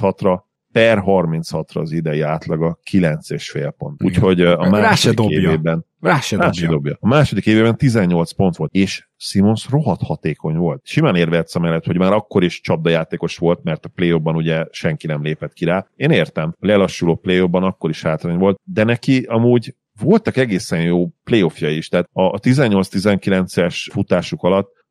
36-ra az idei átlaga 9,5 pont. Úgyhogy a második évében a második évében 18 pont volt, és Simmons rohadt hatékony volt. Simán érvehetsz amellett, hogy már akkor is csapdajátékos volt, mert a play-offban ugye senki nem lépett ki rá. Én értem, lelassuló play-offban akkor is hátrány volt, de neki amúgy voltak egészen jó playoffjai is, tehát a 18-19-es futásuk alatt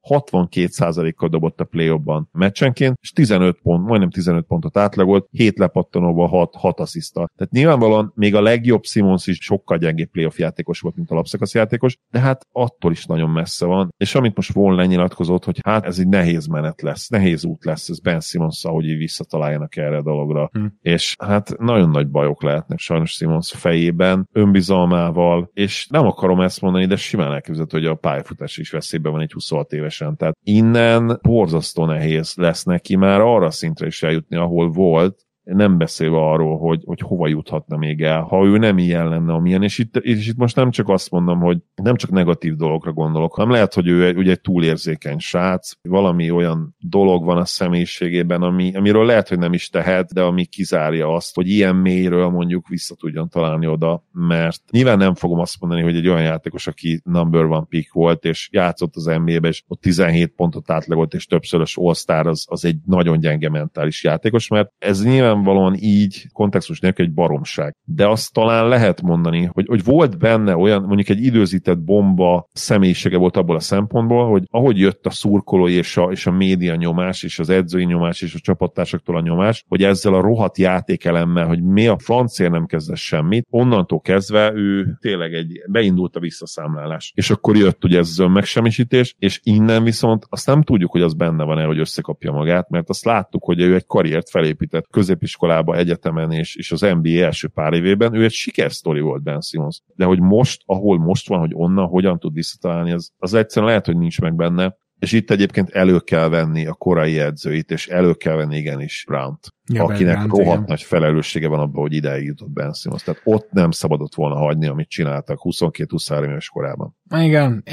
62%-kal dobott a play-offban meccsenként, és 15 pont, majdnem 15 pontot átlagolt, 7 lepattanóval 6 asszisztal. Tehát nyilvánvalóan még a legjobb Simmons is sokkal gyengébb playoff játékos volt, mint a lapszakasz játékos, de hát attól is nagyon messze van. És amit most Vaughn lenyilatkozott, hogy hát ez egy nehéz menet lesz, nehéz út lesz ez Ben Simmons-szal, hogy így visszataláljanak erre a dologra. És hát nagyon nagy bajok lehetnek sajnos Simmons fejében, önbizalmával, és nem akarom ezt mondani, de simán elképzelhető, hogy a pályafutás is veszélyben van egy 26 évesen. Tehát innen borzasztó nehéz lesz neki már arra szintre is eljutni, ahol volt, nem beszélve arról, hogy hova juthatna még el, ha ő nem ilyen lenne, amilyen, és itt most nem csak azt mondom, hogy nem csak negatív dologra gondolok, hanem lehet, hogy ő ugye egy túlérzékeny srác, valami olyan dolog van a személyiségében, amiről lehet, hogy nem is tehet, de ami kizárja azt, hogy ilyen mélyről mondjuk vissza tudjon találni oda, mert nyilván nem fogom azt mondani, hogy egy olyan játékos, aki number one pick volt, és játszott az NBA-be, és ott 17 pontot átlagolt, és többszörös All-Star, az egy nagyon gyenge mentális játékos, mert ez nyilvánvalóan így kontextus nélkül egy baromság. De azt talán lehet mondani, hogy volt benne olyan, mondjuk egy időzített bomba személyisége volt abból a szempontból, hogy ahogy jött a szurkolói és a média nyomás, és az edzői nyomás, és a csapattársaktól a nyomás, hogy ezzel a rohadt játékelemmel, hogy mi a francér nem kezdett semmit, onnantól kezdve ő tényleg beindult a visszaszámlálás. És akkor jött ugye ez az önmegsemmisítés, és innen viszont azt nem tudjuk, hogy az benne van-e, hogy összekapja magát, mert azt láttuk, hogy ő egy karriert felépített középiskolába, egyetemen és az NBA első pár évében, ő egy sikersztori volt Ben Simmons. De hogy most, ahol most van, hogy onnan hogyan tud visszatalálni, az egyszerűen lehet, hogy nincs meg benne, és itt egyébként elő kell venni a korai edzőit, és elő kell venni igenis Brownt, akinek rohadt nagy felelőssége van abban, hogy ideig jutott Ben Simmons. Tehát ott nem szabadott volna hagyni, amit csináltak 22-23 éves korában. Igen,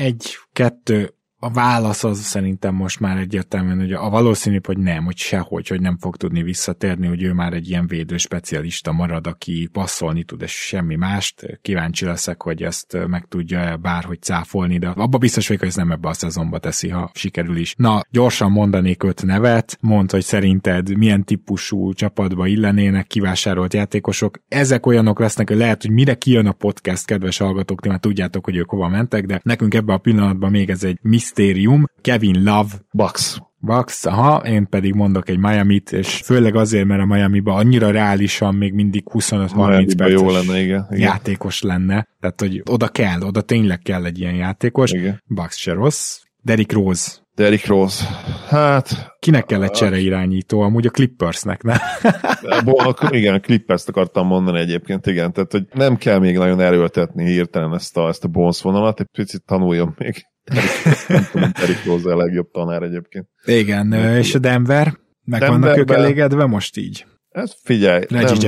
1-2 a válasz az szerintem most már egyértelműen, hogy a valószínűbb, hogy nem, hogy sehogy, hogy nem fog tudni visszatérni, hogy ő már egy ilyen védő specialista marad, aki passzolni tud, és semmi mást. Kíváncsi leszek, hogy ezt meg tudja bárhogy cáfolni, de abba biztos vagyok, hogy ez nem ebbe a szezonba teszi, ha sikerül is. Na, gyorsan mondanék 5 nevet, mondd, hogy szerinted milyen típusú csapatba illenének kivásárolt játékosok. Ezek olyanok lesznek, hogy lehet, hogy mire kijön a podcast, kedves hallgatók, ti már tudjátok, hogy ők hova mentek, de nekünk ebben a pillanatban még ez egy misztérium. Kevin Love. Bucks, aha, én pedig mondok egy Miamit, és főleg azért, mert a Miamiban annyira reálisan még mindig 25-30 perces jó lenne, igen. játékos lenne. Tehát, hogy oda tényleg kell egy ilyen játékos. Igen. Bucks se rossz. Derrick Rose. Hát... Kinek kell egy csereirányító? Amúgy a Clippersnek, nem? Igen, a Clippers-t akartam mondani egyébként, igen. Tehát, hogy nem kell még nagyon erőltetni hirtelen ezt a Bones vonalat, egy picit tanuljon még. Nem tudom, Derrick Rose a legjobb tanár egyébként. Igen, és a Denver? Vannak ők elégedve most így? Hát figyelj,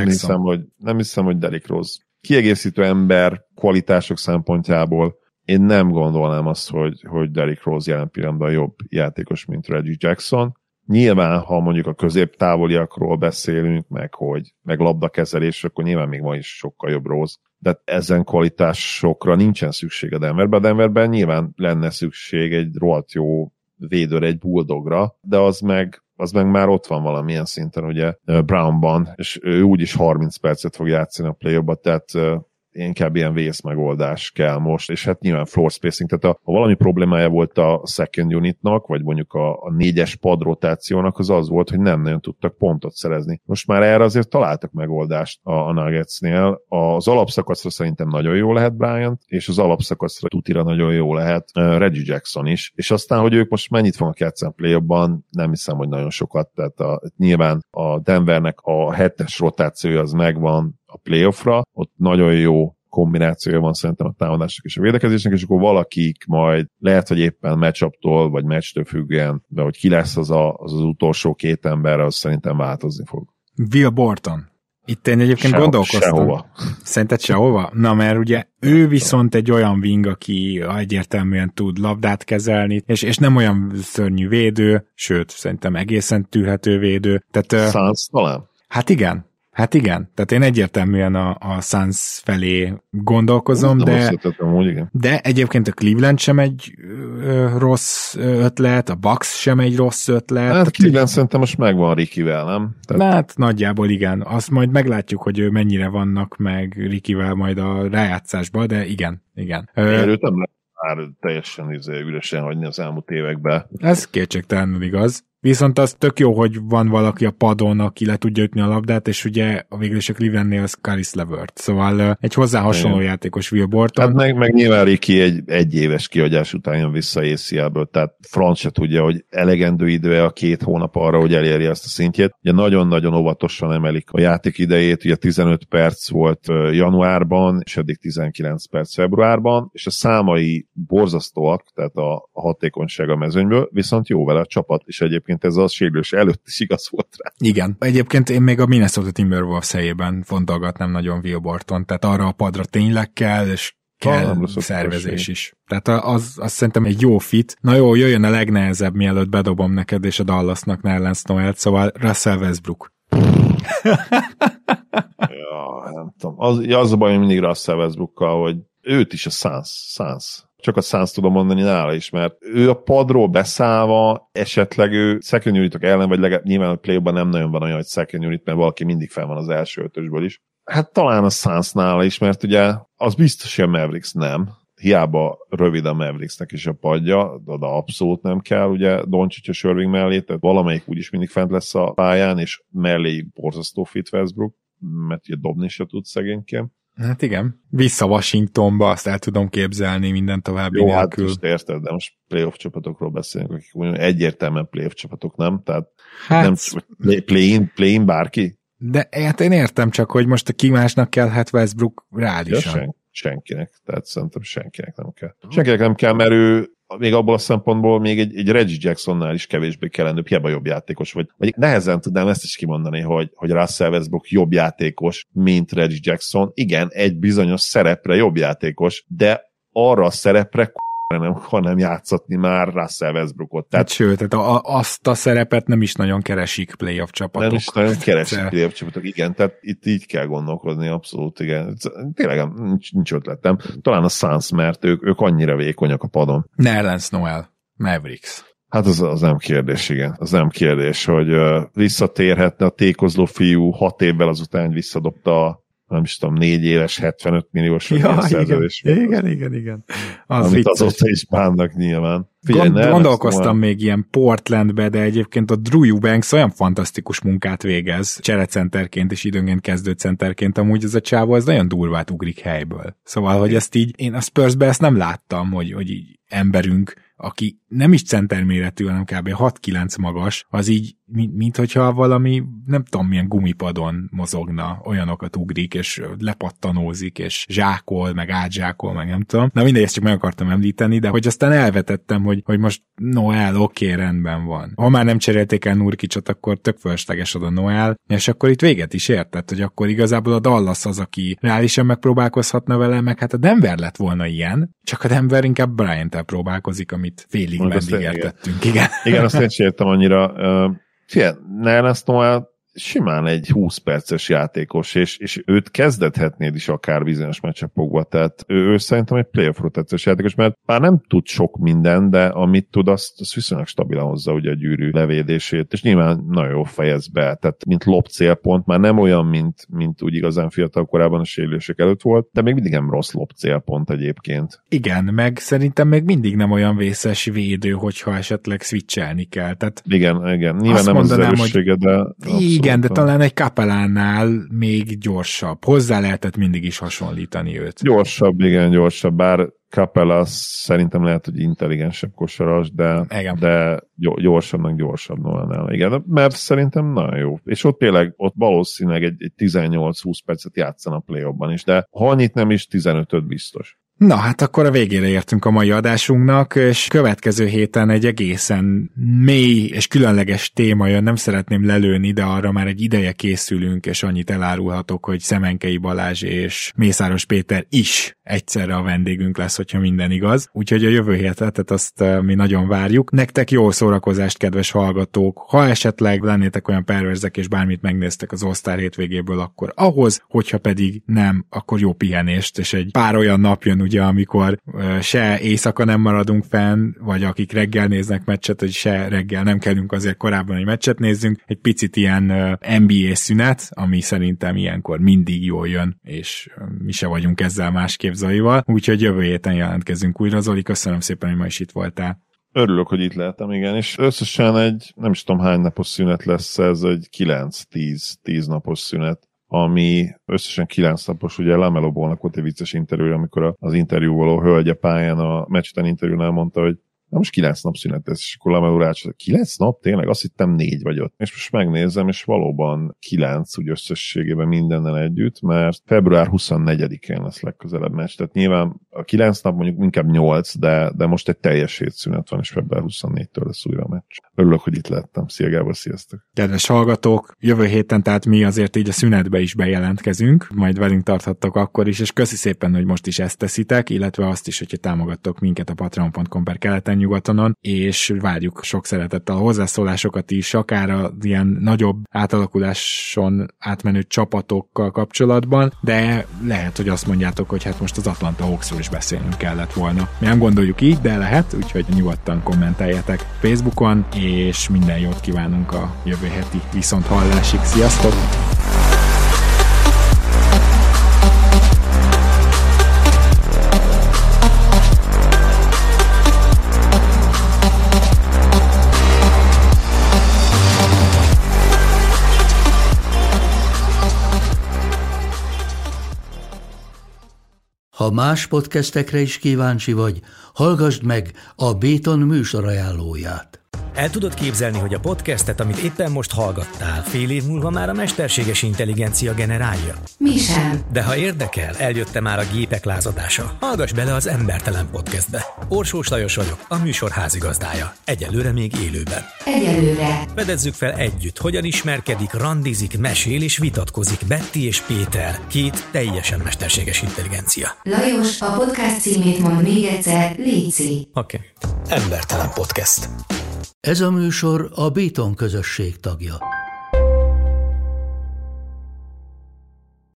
nem hiszem, hogy Derrick Rose kiegészítő ember kvalitások szempontjából én nem gondolnám azt, hogy Derrick Rose jelen pillanatban jobb játékos, mint Reggie Jackson. Nyilván, ha mondjuk a középtávoliakról beszélünk, meg labdakezelés, akkor nyilván még ma is sokkal jobb Rose. De ezen kvalitásokra nincsen szükség a Denverben nyilván lenne szükség egy rohadt jó védőre, egy bulldogra, de az meg már ott van valamilyen szinten, ugye Brownban, és ő úgyis 30 percet fog játszani a play-offba, tehát inkább ilyen vészmegoldás kell most, és hát nyilván floor spacing, tehát ha valami problémája volt a second unitnak, vagy mondjuk a 4-es pad rotációnak, az volt, hogy nem nagyon tudtak pontot szerezni. Most már erre azért találtak megoldást a Nuggetsnél. Az alapszakaszra szerintem nagyon jó lehet Bryant, és az alapszakaszra tutira nagyon jó lehet Reggie Jackson is, és aztán, hogy ők most mennyit fognak játszani play-offban, nem hiszem, hogy nagyon sokat, tehát nyilván a Denvernek a 7-es rotációja az megvan a playoffra, ott nagyon jó kombinációja van szerintem a támadásnak és a védekezésnek, és akkor valakik majd lehet, hogy éppen match-uptól vagy matchtől függően, de hogy ki lesz az utolsó 2 ember, az szerintem változni fog. Will Borton. Itt én egyébként gondolkoztam. Sehova. Szerinted sehova? Na, mert ugye ő viszont egy olyan wing, aki egyértelműen tud labdát kezelni, és nem olyan szörnyű védő, sőt, szerintem egészen tűrhető védő. Suns talán? Hát igen. Tehát én egyértelműen a Suns felé gondolkozom, de egyébként a Cleveland sem egy rossz ötlet, a Bucks sem egy rossz ötlet. Hát a Cleveland szerintem most megvan Rickyvel, nem? Hát nagyjából igen. Azt majd meglátjuk, hogy mennyire vannak meg Rickyvel majd a rájátszásban, de igen. Őt nem már teljesen üresen hagyni az elmúlt években. Ez kétségtelenül igaz. Viszont az tök jó, hogy van valaki a padon, aki le tudja ütni a labdát, és ugye a végül is a Clevelandnél az Caris LeVert. Szóval egy hozzá hasonló játékos Will Borton. Hát meg nyilván Ricky egy éves kihagyás után jön vissza ACL-ből, tehát franc se tudja, hogy elegendő idő a 2 hónap arra, hogy elérje ezt a szintjét. Ugye nagyon-nagyon óvatosan emelik a játék idejét, ugye 15 perc volt januárban, és eddig 19 perc februárban, és a számai borzasztóak, tehát a hatékonyság a mezőnyből, viszont jó vele a csapat, és egyébként ez a sérülés előtt is igaz volt rá. Igen. Egyébként én még a Minnesota Timberwolves helyében fontolgatnám nagyon Will Borton, tehát arra a padra tényleg kell, és kell szervezés is. Tehát az szerintem egy jó fit. Na jó, jöjjön a legnehezebb, mielőtt bedobom neked és a Dallasnak Nerlens Noel, szóval Russell Westbrook. Ja, nem tudom. Az a baj mindig Russell Westbrookkal, hogy őt is a Suns. Csak a Suns tudom mondani nála is, mert ő a padról beszállva, esetleg ő second unitok ellen, vagy legalább nyilván a play-ban nem nagyon van olyan, hogy second unit, mert valaki mindig fel van az első ötösből is. Hát talán a Suns nála is, mert ugye az biztos, hogy a Mavericks nem. Hiába rövid a Mavericksnek is a padja, de abszolút nem kell, ugye Doncic a Irving mellé, tehát valamelyik úgyis mindig fent lesz a pályán, és mellé borzasztó fit Westbrook, mert ugye dobni se tud szegényként. Hát igen. Vissza Washingtonba, azt el tudom képzelni minden további jó, nélkül. Hát most érted, de most playoff csapatokról beszélünk, akik úgy egyértelműen playoff csapatok, nem? Tehát hát, nem play-in bárki? De hát én értem csak, hogy most a kimásnak kellhet Westbrook reálisan. Ja, senkinek. Tehát szerintem senkinek nem kell. Senkinek nem kell, mert ő még abból a szempontból még egy Reggie Jacksonnál is kevésbé kellendőbb, hiába jobb játékos vagy nehezen tudnám ezt is kimondani, hogy Russell Westbrook jobb játékos, mint Reggie Jackson. Igen, egy bizonyos szerepre jobb játékos, de arra a szerepre nem játszatni már Russell Westbrookot. Tehát, sőt, tehát azt a szerepet nem is nagyon keresik playoff csapatok. Nem is nagyon keresik playoff csapatok, igen, tehát itt így kell gondolkodni, abszolút, igen. Tényleg nincs ötletem. Talán a Suns, mert ők annyira vékonyak a padon. Nerlens Noel, Mavericks. Hát az nem kérdés, igen. Az nem kérdés, hogy visszatérhetne a tékozló fiú 6 évvel azután visszadobta nem is tudom, 4 éves, 75 milliós szerződés. Igen. Amit azóta is bánnak nyilván. Gondolkoztam még ilyen Portlandbe, de egyébként a Drew Eubanks olyan fantasztikus munkát végez, cserecenterként és időnként kezdőcenterként, amúgy ez a csávó, az nagyon durvát ugrik helyből. Szóval, hogy ezt így, én a Spursbe ezt nem láttam, hogy így emberünk, aki nem is centerméretű, hanem kb. 6-9 magas, az így, mint hogyha valami, nem tudom milyen gumipadon mozogna, olyanokat ugrik, és lepattanózik, és zsákol, meg átzsákol, meg nem tudom. Na mindegy, ezt csak meg akartam említeni, de hogy aztán elvetettem, hogy most Noel, oké, rendben van. Ha már nem cserélték el Nurkicsot, akkor tök fölösleges oda Noel, és akkor itt véget is értett, hogy akkor igazából a Dallas az, aki reálisan megpróbálkozhatna vele, meg hát a Denver lett volna ilyen, csak a Denver inkább Bryant-tel próbálkozik, amit félig meddig értettünk. Igen, azt én sem értem annyira. Nerlens Noel simán egy 20 perces játékos, és őt kezdethetnéd is akár bizonyos meccsapokba, tehát ő szerintem egy playoff rotációs játékos, mert már nem tud sok minden, de amit tud, azt viszonylag stabilan hozza ugye a gyűrű levédését, és nyilván nagyon jól fejez be, tehát mint lob célpont, már nem olyan, mint úgy igazán fiatal korában a sérülések előtt volt, de még mindig nem rossz lob célpont egyébként. Igen, meg szerintem még mindig nem olyan vészes védő, hogyha esetleg switchelni kell. Tehát igen, nyilván nem az erőssége, de igen, de talán egy Capelánnál még gyorsabb. Hozzá lehetett mindig is hasonlítani őt. Gyorsabb, bár Capela szerintem lehet, hogy intelligensebb kosaras, de gyorsabb Noelnál. Igen, mert szerintem nagyon jó. És ott tényleg, ott valószínűleg egy 18-20 percet játszana a play-offban is, de ha annyit nem is, 15-öt biztos. Na, hát akkor a végére értünk a mai adásunknak, és következő héten egy egészen mély és különleges téma jön, nem szeretném lelőni, de arra már egy ideje készülünk, és annyit elárulhatok, hogy Szemenkei Balázs és Mészáros Péter is egyszerre a vendégünk lesz, hogyha minden igaz. Úgyhogy a jövő hétet azt mi nagyon várjuk. Nektek jó szórakozást, kedves hallgatók! Ha esetleg lennétek olyan perverzek, és bármit megnéztek az All-Star hétvégéből, akkor ahhoz, hogyha pedig nem, akkor jó pihenést, és egy pár olyan nap jön ugye, amikor se éjszaka nem maradunk fenn, vagy akik reggel néznek meccset, hogy se reggel nem kellünk azért korábban, hogy meccset nézzünk, egy picit ilyen NBA szünet, ami szerintem ilyenkor mindig jól jön, és mi se vagyunk ezzel másképp Zolival, úgyhogy jövő héten jelentkezünk újra. Zoli, köszönöm szépen, hogy ma is itt voltál. Örülök, hogy itt lehetem, igen, és összesen egy, nem is tudom hány napos szünet lesz ez, egy 9-10 napos szünet, ami összesen 9 napos, ugye Lamelo Ballnak volt egy vicces interjú, amikor az interjúvaló hölgye pályán a meccsután interjúnál mondta, hogy na most 9 nap szünet lesz, és akkor Lamelo rácsol, 9 nap? Tényleg? Azt hittem 4 vagy 5. És most megnézem, és valóban 9 úgy összességében mindennel együtt, mert február 24-én lesz legközelebb meccs. Tehát nyilván a 9 nap mondjuk inkább 8, de most egy teljes hétszünet van, és február 24-től lesz újra a meccs. Örülök, hogy itt lettem. Szia Gábor, sziasztok! Kedves hallgatók, jövő héten, tehát mi azért így a szünetbe is bejelentkezünk, majd velünk tarthattok akkor is, és köszi szépen, hogy most is ezt teszitek, illetve azt is, hogyha támogattok minket a patreon.com/keleten-nyugatonon, és várjuk sok szeretettel a hozzászólásokat is, akár az ilyen nagyobb átalakuláson átmenő csapatokkal kapcsolatban, de lehet, hogy azt mondjátok, hogy hát most az Atlanta Hawksról is beszélnünk kellett volna. Mi nem gondoljuk így, de lehet, úgyhogy nyugodtan kommenteljetek Facebookon, és minden jót kívánunk a jövő heti viszonthallásig. Sziasztok! Ha más podcastekre is kíváncsi vagy, hallgassd meg a Béton műsor ajánlóját. El tudod képzelni, hogy a podcastet, amit éppen most hallgattál, fél év múlva már a mesterséges intelligencia generálja? Mi sem. De ha érdekel, eljött már a gépek lázadása. Hallgass bele az Embertelen Podcastbe. Orsós Lajos vagyok, a műsor házigazdája. Egyelőre még élőben. Egyelőre. Fedezzük fel együtt, hogyan ismerkedik, randizik, mesél és vitatkozik Betty és Péter, két teljesen mesterséges intelligencia. Lajos, a podcast címét mondd még egyszer, léci. Oké. Embertelen Podcast. Ez a műsor a Béton közösség tagja.